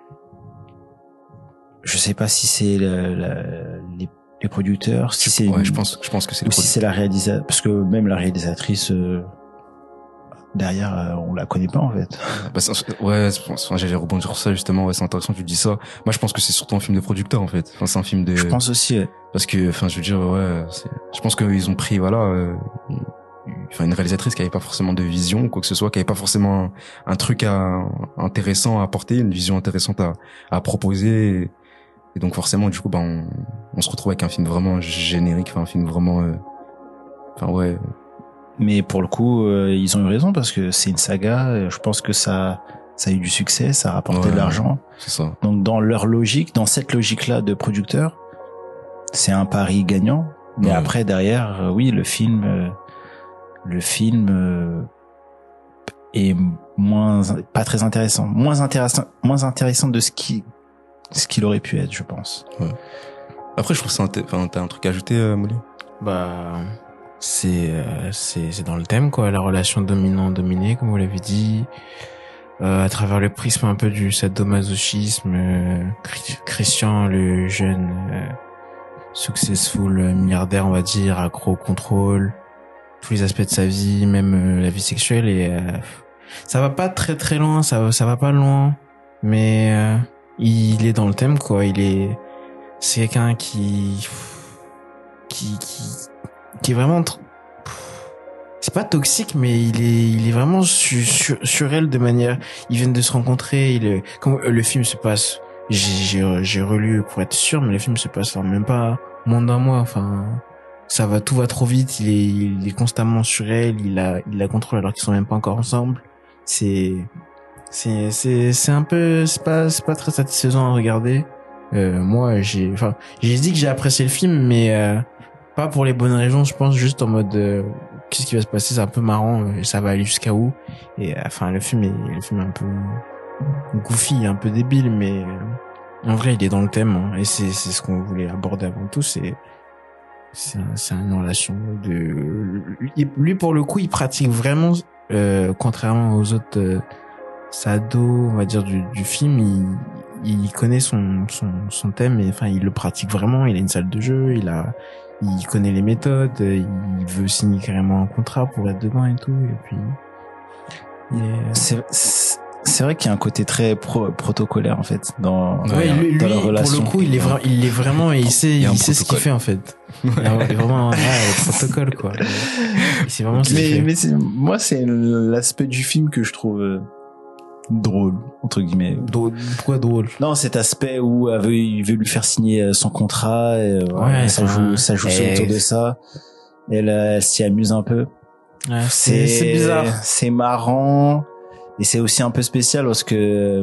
je sais pas si c'est le, le, les, les producteurs, si c'est, Ouais, une, je pense, je pense que c'est ou les si c'est la réalisatrice, parce que même la réalisatrice. Euh, derrière, euh, on la connaît pas, en fait. Bah, ouais, enfin, j'allais rebondir sur ça, justement, ouais, c'est intéressant que tu dis ça. Moi, je pense que c'est surtout un film de producteur, en fait. Enfin, c'est un film de... Je pense aussi, ouais. Parce que, enfin, je veux dire, ouais, c'est... je pense qu'ils ont pris, voilà, euh, enfin, une réalisatrice qui avait pas forcément de vision, quoi que ce soit, qui avait pas forcément un, un truc à, intéressant à apporter, une vision intéressante à, à proposer. Et donc, forcément, du coup, bah, on, on se retrouve avec un film vraiment générique, enfin, un film vraiment, euh, enfin, ouais. Mais pour le coup, euh, ils ont eu raison parce que c'est une saga. Je pense que ça, ça a eu du succès, ça a rapporté Ouais, de l'argent. C'est ça. Donc dans leur logique, dans cette logique-là de producteur, c'est un pari gagnant. Mais Ouais. après derrière, euh, oui, le film, euh, le film euh, est moins, pas très intéressant, moins intéressant, moins intéressant de ce qui, ce qu'il aurait pu être, je pense. Ouais. Après, je trouve ça, inté- enfin, t'as un truc à ajouter, euh, Molly? Bah, c'est, euh, c'est, c'est dans le thème, quoi, la relation dominant-dominé, comme vous l'avez dit, euh, à travers le prisme un peu du sadomasochisme, euh, Christian, le jeune, euh, successful milliardaire, on va dire, accro au contrôle, tous les aspects de sa vie, même euh, la vie sexuelle, et euh, ça va pas très très loin, ça, ça va pas loin, mais euh, il est dans le thème, quoi, il est, c'est quelqu'un qui, qui, qui, qui est vraiment, tr- c'est pas toxique, mais il est, il est vraiment sur, sur, sur elle de manière, ils viennent de se rencontrer, il est, comme le film se passe, j'ai, j'ai, j'ai relu pour être sûr, mais le film se passe en même pas moins d'un mois, enfin, ça va, tout va trop vite, il est, il est constamment sur elle, il la, il la contrôle alors qu'ils sont même pas encore ensemble, c'est, c'est, c'est, c'est un peu, c'est pas, c'est pas très satisfaisant à regarder. Euh, moi, j'ai, enfin, j'ai dit que j'ai apprécié le film, mais euh, pas pour les bonnes raisons. Je pense juste en mode, euh, qu'est-ce qui va se passer, c'est un peu marrant, euh, ça va aller jusqu'à où. Et euh, enfin, le film est, le film est un peu goofy, un peu débile, mais euh, en vrai, il est dans le thème, hein, et c'est, c'est ce qu'on voulait aborder avant tout. C'est, c'est, c'est une relation de, lui, lui pour le coup, il pratique vraiment, euh, contrairement aux autres. Euh, Sado, on va dire du, du film, il, il connaît son, son, son thème et enfin il le pratique vraiment. Il a une salle de jeu, il a, il connaît les méthodes, il veut signer carrément un contrat pour être dedans et tout. Et puis, il est... c'est, c'est, c'est vrai qu'il y a un côté très pro, protocolaire en fait dans, ouais, dans, lui, dans lui la relation. pour le coup, il est vraiment, il est vraiment et il sait, il, il, il sait ce qu'il fait en fait. Il y a vraiment un ouais, protocole quoi. Et c'est vraiment ce qu'il mais fait. mais c'est, moi c'est l'aspect du film que je trouve euh, drôle entre guillemets. Drôle, pourquoi drôle? Non, cet aspect où euh, veut, il veut lui faire signer son contrat, et, euh, ouais, ça joue, ça joue et... autour de ça. Elle, elle s'y amuse un peu. Ouais, c'est, c'est, c'est bizarre. C'est marrant et c'est aussi un peu spécial parce que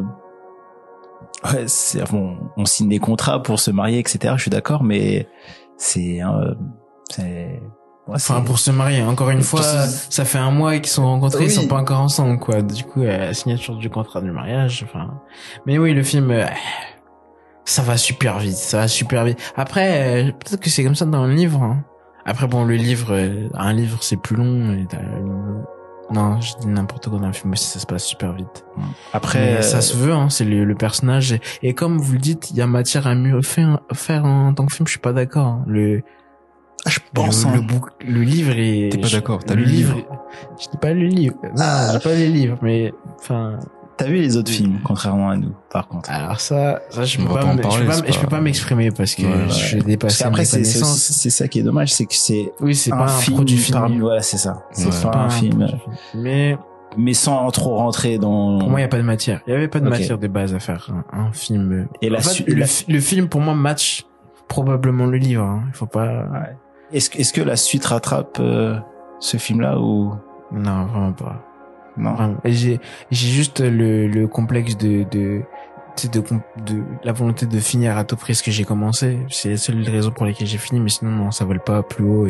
ouais, c'est bon, on signe des contrats pour se marier, et cetera. Je suis d'accord, mais c'est, euh, c'est Ouais, enfin, pour se marier, encore une fois, ça fait un mois qu'ils sont rencontrés, oui. Ils sont pas encore ensemble, quoi. Du coup, euh, signature du contrat du mariage, enfin. Mais oui, le film, euh, ça va super vite, ça va super vite. Après, euh, peut-être que c'est comme ça dans le livre, hein. Après, bon, le livre, euh, un livre, c'est plus long, et t'as une, Non, je dis n'importe quoi dans le film aussi, ça se passe super vite. Après, Mais ça se veut, hein, c'est le, le personnage. Et, et comme vous le dites, il y a matière à mieux faire, faire en tant que film, je suis pas d'accord. Hein. Le, ah, je pense, le, hein. le, bouc- le livre est... T'es pas d'accord, t'as le lu le livre. Je dis pas le livre. Non, Ah. j'ai pas les livres, mais, enfin, T'as vu les autres films, contrairement à nous, par contre. alors ça, ça, je On peux va pas, pas en me- parler, je peux pas, c'est je peux pas- pas m'exprimer parce que Ouais, ouais. je suis Parce dépassé qu'après, mes c'est, c'est, connaissances. aussi- c'est ça qui est dommage, c'est que c'est Oui, c'est un pas un film produit fini. parmi, voilà, c'est ça. C'est Ouais. pas, Pas un film, produit fini. Mais, mais sans trop rentrer dans... pour moi, il y a pas de matière. Il y avait pas de Ok. matière de base à faire un, un film. Et la En fait, su- le, la- fi- le film, pour moi, match probablement le livre. Hein. Il faut pas. Ouais. Est-ce que, est-ce que la suite rattrape euh, ce film-là ou Non, vraiment pas. non? Vraiment. Et j'ai, j'ai juste le, le complexe de, de, tu sais, de, com- de, la volonté de finir à tout prix ce que j'ai commencé. C'est la seule raison pour laquelle j'ai fini, mais sinon, non, ça vole pas plus haut et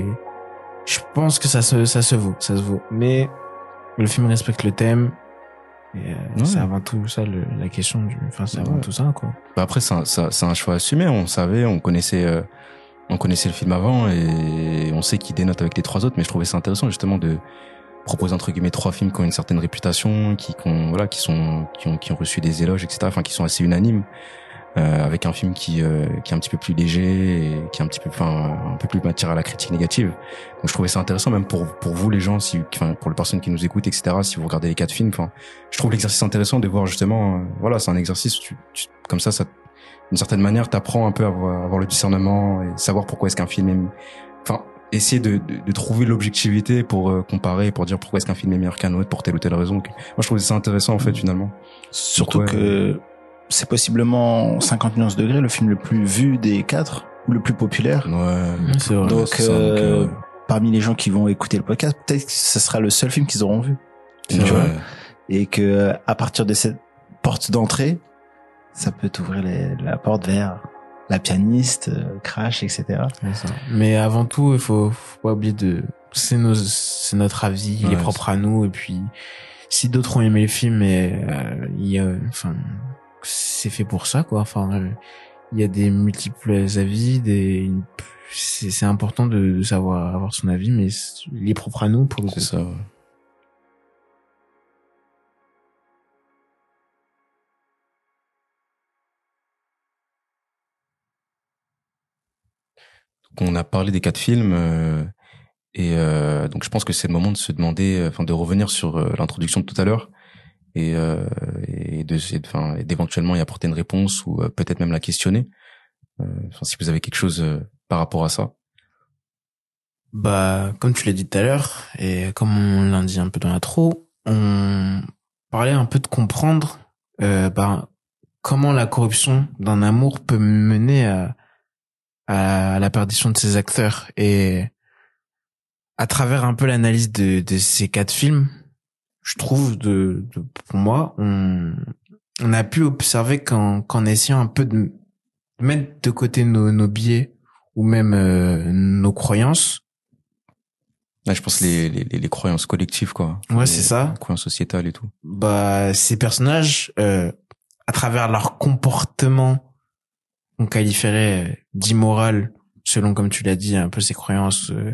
je pense que ça se, ça se vaut, ça se vaut. Mais le film respecte le thème. Et euh, Ouais. c'est avant tout ça, le, la question du, enfin, c'est avant Ouais. tout ça, quoi. Bah après, c'est un, c'est c'est un choix assumé. On savait, on connaissait, euh, on connaissait le film avant et on sait qu'il dénote avec les trois autres. Mais je trouvais ça intéressant justement de proposer entre guillemets trois films qui ont une certaine réputation, qui, qui ont, voilà, qui sont, qui ont, qui ont reçu des éloges, et cetera. Enfin, qui sont assez unanimes. Euh, avec un film qui, euh, qui est un petit peu plus léger et qui est un petit peu, enfin, un peu plus matière à la critique négative. Donc je trouvais ça intéressant même pour pour vous les gens, si, enfin pour les personnes qui nous écoutent, et cetera. Si vous regardez les quatre films, enfin, je trouve l'exercice intéressant de voir justement, euh, voilà, c'est un exercice. Tu, tu, comme ça, ça, d'une certaine manière, t'apprends un peu à avoir, à avoir le discernement et savoir pourquoi est-ce qu'un film est, enfin, essayer de, de, de trouver l'objectivité pour euh, comparer, pour dire pourquoi est-ce qu'un film est meilleur qu'un autre pour telle ou telle raison. Donc, moi, je trouvais ça intéressant en fait finalement. Surtout Donc, ouais. que c'est possiblement cinquante nuances degrés, le film le plus vu des quatre, ou le plus populaire. Ouais. C'est vrai. Donc, c'est ça, euh, donc, euh, parmi les gens qui vont écouter le podcast, peut-être que ce sera le seul film qu'ils auront vu. ouais. Tu vois. Et que à partir de cette porte d'entrée, ça peut t'ouvrir les- la porte vers La Pianiste, euh, Crash, et cetera. C'est ça. Mais avant tout, il faut, faut pas oublier de, c'est nos, c'est notre avis, il Ouais, est propre à nous, et puis, si d'autres ont aimé le film, et, euh, il y a, enfin, c'est fait pour ça, quoi. Enfin, euh, il y a des multiples avis, des, c'est, c'est important de, de savoir avoir son avis, mais il est propre à nous, pour le coup. C'est ça. Ouais. Donc, on a parlé des quatre films euh, et euh, donc je pense que c'est le moment de se demander, enfin de revenir sur euh, l'introduction de tout à l'heure et, euh, et de, et de- enfin, et d'éventuellement y apporter une réponse ou euh, peut-être même la questionner. Euh, Enfin, si vous avez quelque chose euh, par rapport à ça. Bah, comme tu l'as dit tout à l'heure, et comme on l'a dit un peu dans l'intro, on parlait un peu de comprendre, euh, bah, comment la corruption d'un amour peut mener à, à la perdition de ses acteurs. Et à travers un peu l'analyse de, de ces quatre films, je trouve, de, de pour moi, on, on a pu observer qu'en, qu'en essayant un peu de mettre de côté nos, nos biais ou même euh, nos croyances, Là, je pense les, les, les croyances collectives, quoi. Ouais, Les- c'est ça. Les croyances sociétales et tout. bah ces personnages euh, à travers leur comportement on qualifierait d'immoral selon comme tu l'as dit un peu ces croyances euh,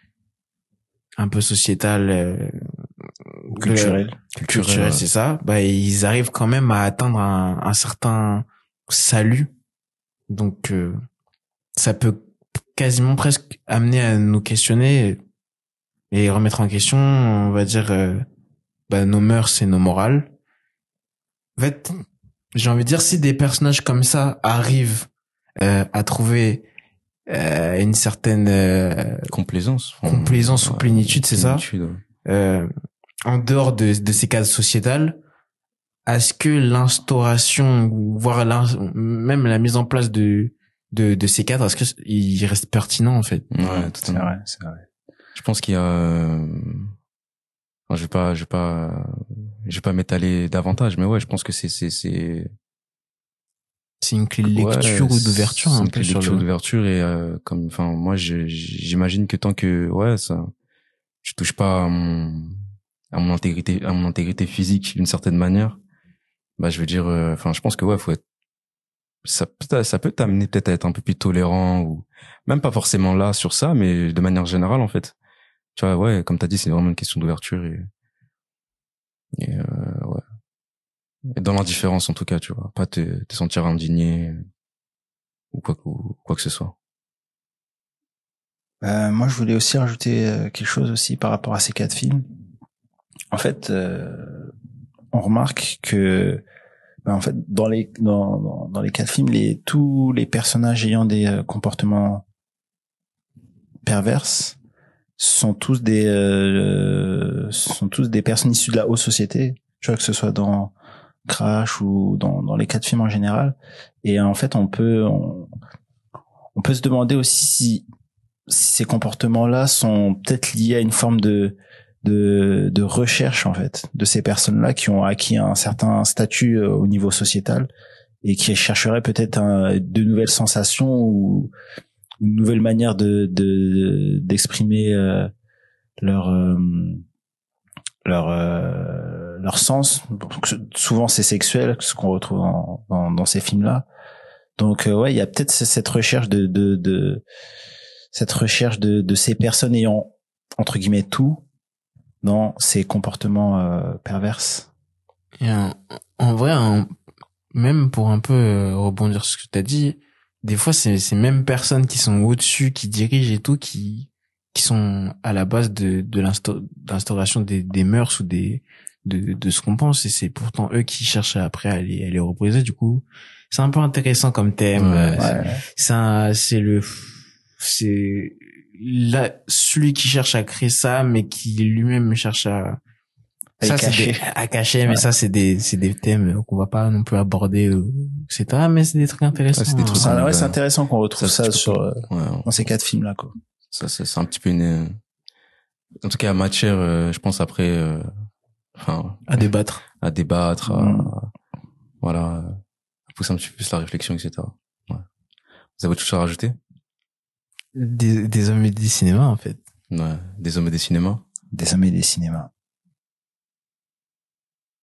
un peu sociétales euh, Culturel. de- culturelles, c'est ça. Bah ils arrivent quand même à atteindre un, un certain salut, donc euh, ça peut quasiment presque amener à nous questionner et remettre en question, on va dire, euh, bah, nos mœurs et nos morales. En fait, j'ai envie de dire, si des personnages comme ça arrivent euh, à trouver euh, une certaine euh, Complaisance. enfin, complaisance ou ouais, plénitude, c'est ça, plénitude, ouais. euh, en dehors de, de ces cases sociétales, est-ce que l'instauration, ou voire l'in- même la mise en place de de, de ces cadres, est-ce que il reste pertinent en fait? Ouais, C'est totalement. vrai, c'est vrai. Je pense qu'il y a. euh, Enfin, je vais pas, je vais pas, je vais pas m'étaler davantage, mais ouais, je pense que c'est, c'est, c'est. C'est une clé de Ouais, lecture ou d'ouverture c'est un une peu clé de sur lecture le... d'ouverture et euh, comme, enfin, moi, je- j'imagine que tant que, ouais, ça, je touche pas à mon, à mon intégrité, à mon intégrité physique d'une certaine manière, bah, je veux dire, euh, enfin, je pense que ouais, faut être, ça peut, ça peut t'amener peut-être à être un peu plus tolérant ou même pas forcément là sur ça, mais de manière générale en fait. Tu vois, ouais, comme t'as dit, c'est vraiment une question d'ouverture et Et dans l'indifférence, en tout cas, tu vois. Pas te, te sentir indigné ou quoi, ou quoi que ce soit. Euh, moi, je voulais aussi rajouter euh, quelque chose aussi par rapport à ces quatre films. En fait, euh, on remarque que, ben, en fait, dans les dans, dans, dans les quatre films, les tous les personnages ayant des euh, comportements perverses sont tous des euh, sont tous des personnes issues de la haute société. Tu vois, que ce soit dans Crash ou dans dans les quatre films en général. Et en fait, on peut on, on peut se demander aussi si ces comportements-là sont peut-être liés à une forme de de de recherche en fait de ces personnes-là qui ont acquis un certain statut au niveau sociétal et qui chercheraient peut-être un, de nouvelles sensations ou une nouvelle manière de de d'exprimer euh, leur euh, leur euh, leur sens. Souvent c'est sexuel, ce qu'on retrouve dans dans, dans ces films-là. Donc euh, ouais, il y a peut-être cette recherche de de de cette recherche de, de ces personnes ayant, entre guillemets, tout dans ces comportements euh, perverses. Et en, en vrai, en, même pour un peu euh, rebondir sur ce que tu as dit, des fois, c'est ces mêmes personnes qui sont au-dessus, qui dirigent et tout, qui qui sont à la base de, de l'instauration des, des mœurs ou des de, de ce qu'on pense, et c'est pourtant eux qui cherchent après à les, à les reposer. Du coup, c'est un peu intéressant comme thème. Ouais, ouais. C'est un, c'est le... c'est là celui qui cherche à créer ça mais qui lui-même cherche à à ça cacher. c'est des, à cacher ouais. Mais ouais. ça c'est des c'est des thèmes qu'on va pas non plus aborder euh, etc, mais c'est des trucs intéressants. Ouais, c'est des trucs ça, hein. ouais, c'est intéressant qu'on retrouve ça, ça sur ouais, ouais. dans ces quatre films là quoi. Ça c'est, c'est un petit peu une en tout cas à matière euh, je pense après euh, enfin à débattre à débattre mmh. à, voilà à pousser un petit peu plus la réflexion etc. Ouais. Vous avez autre chose à rajouter? Des, des hommes et des cinémas, en fait. Ouais, des hommes et des cinémas. Des hommes et des cinémas.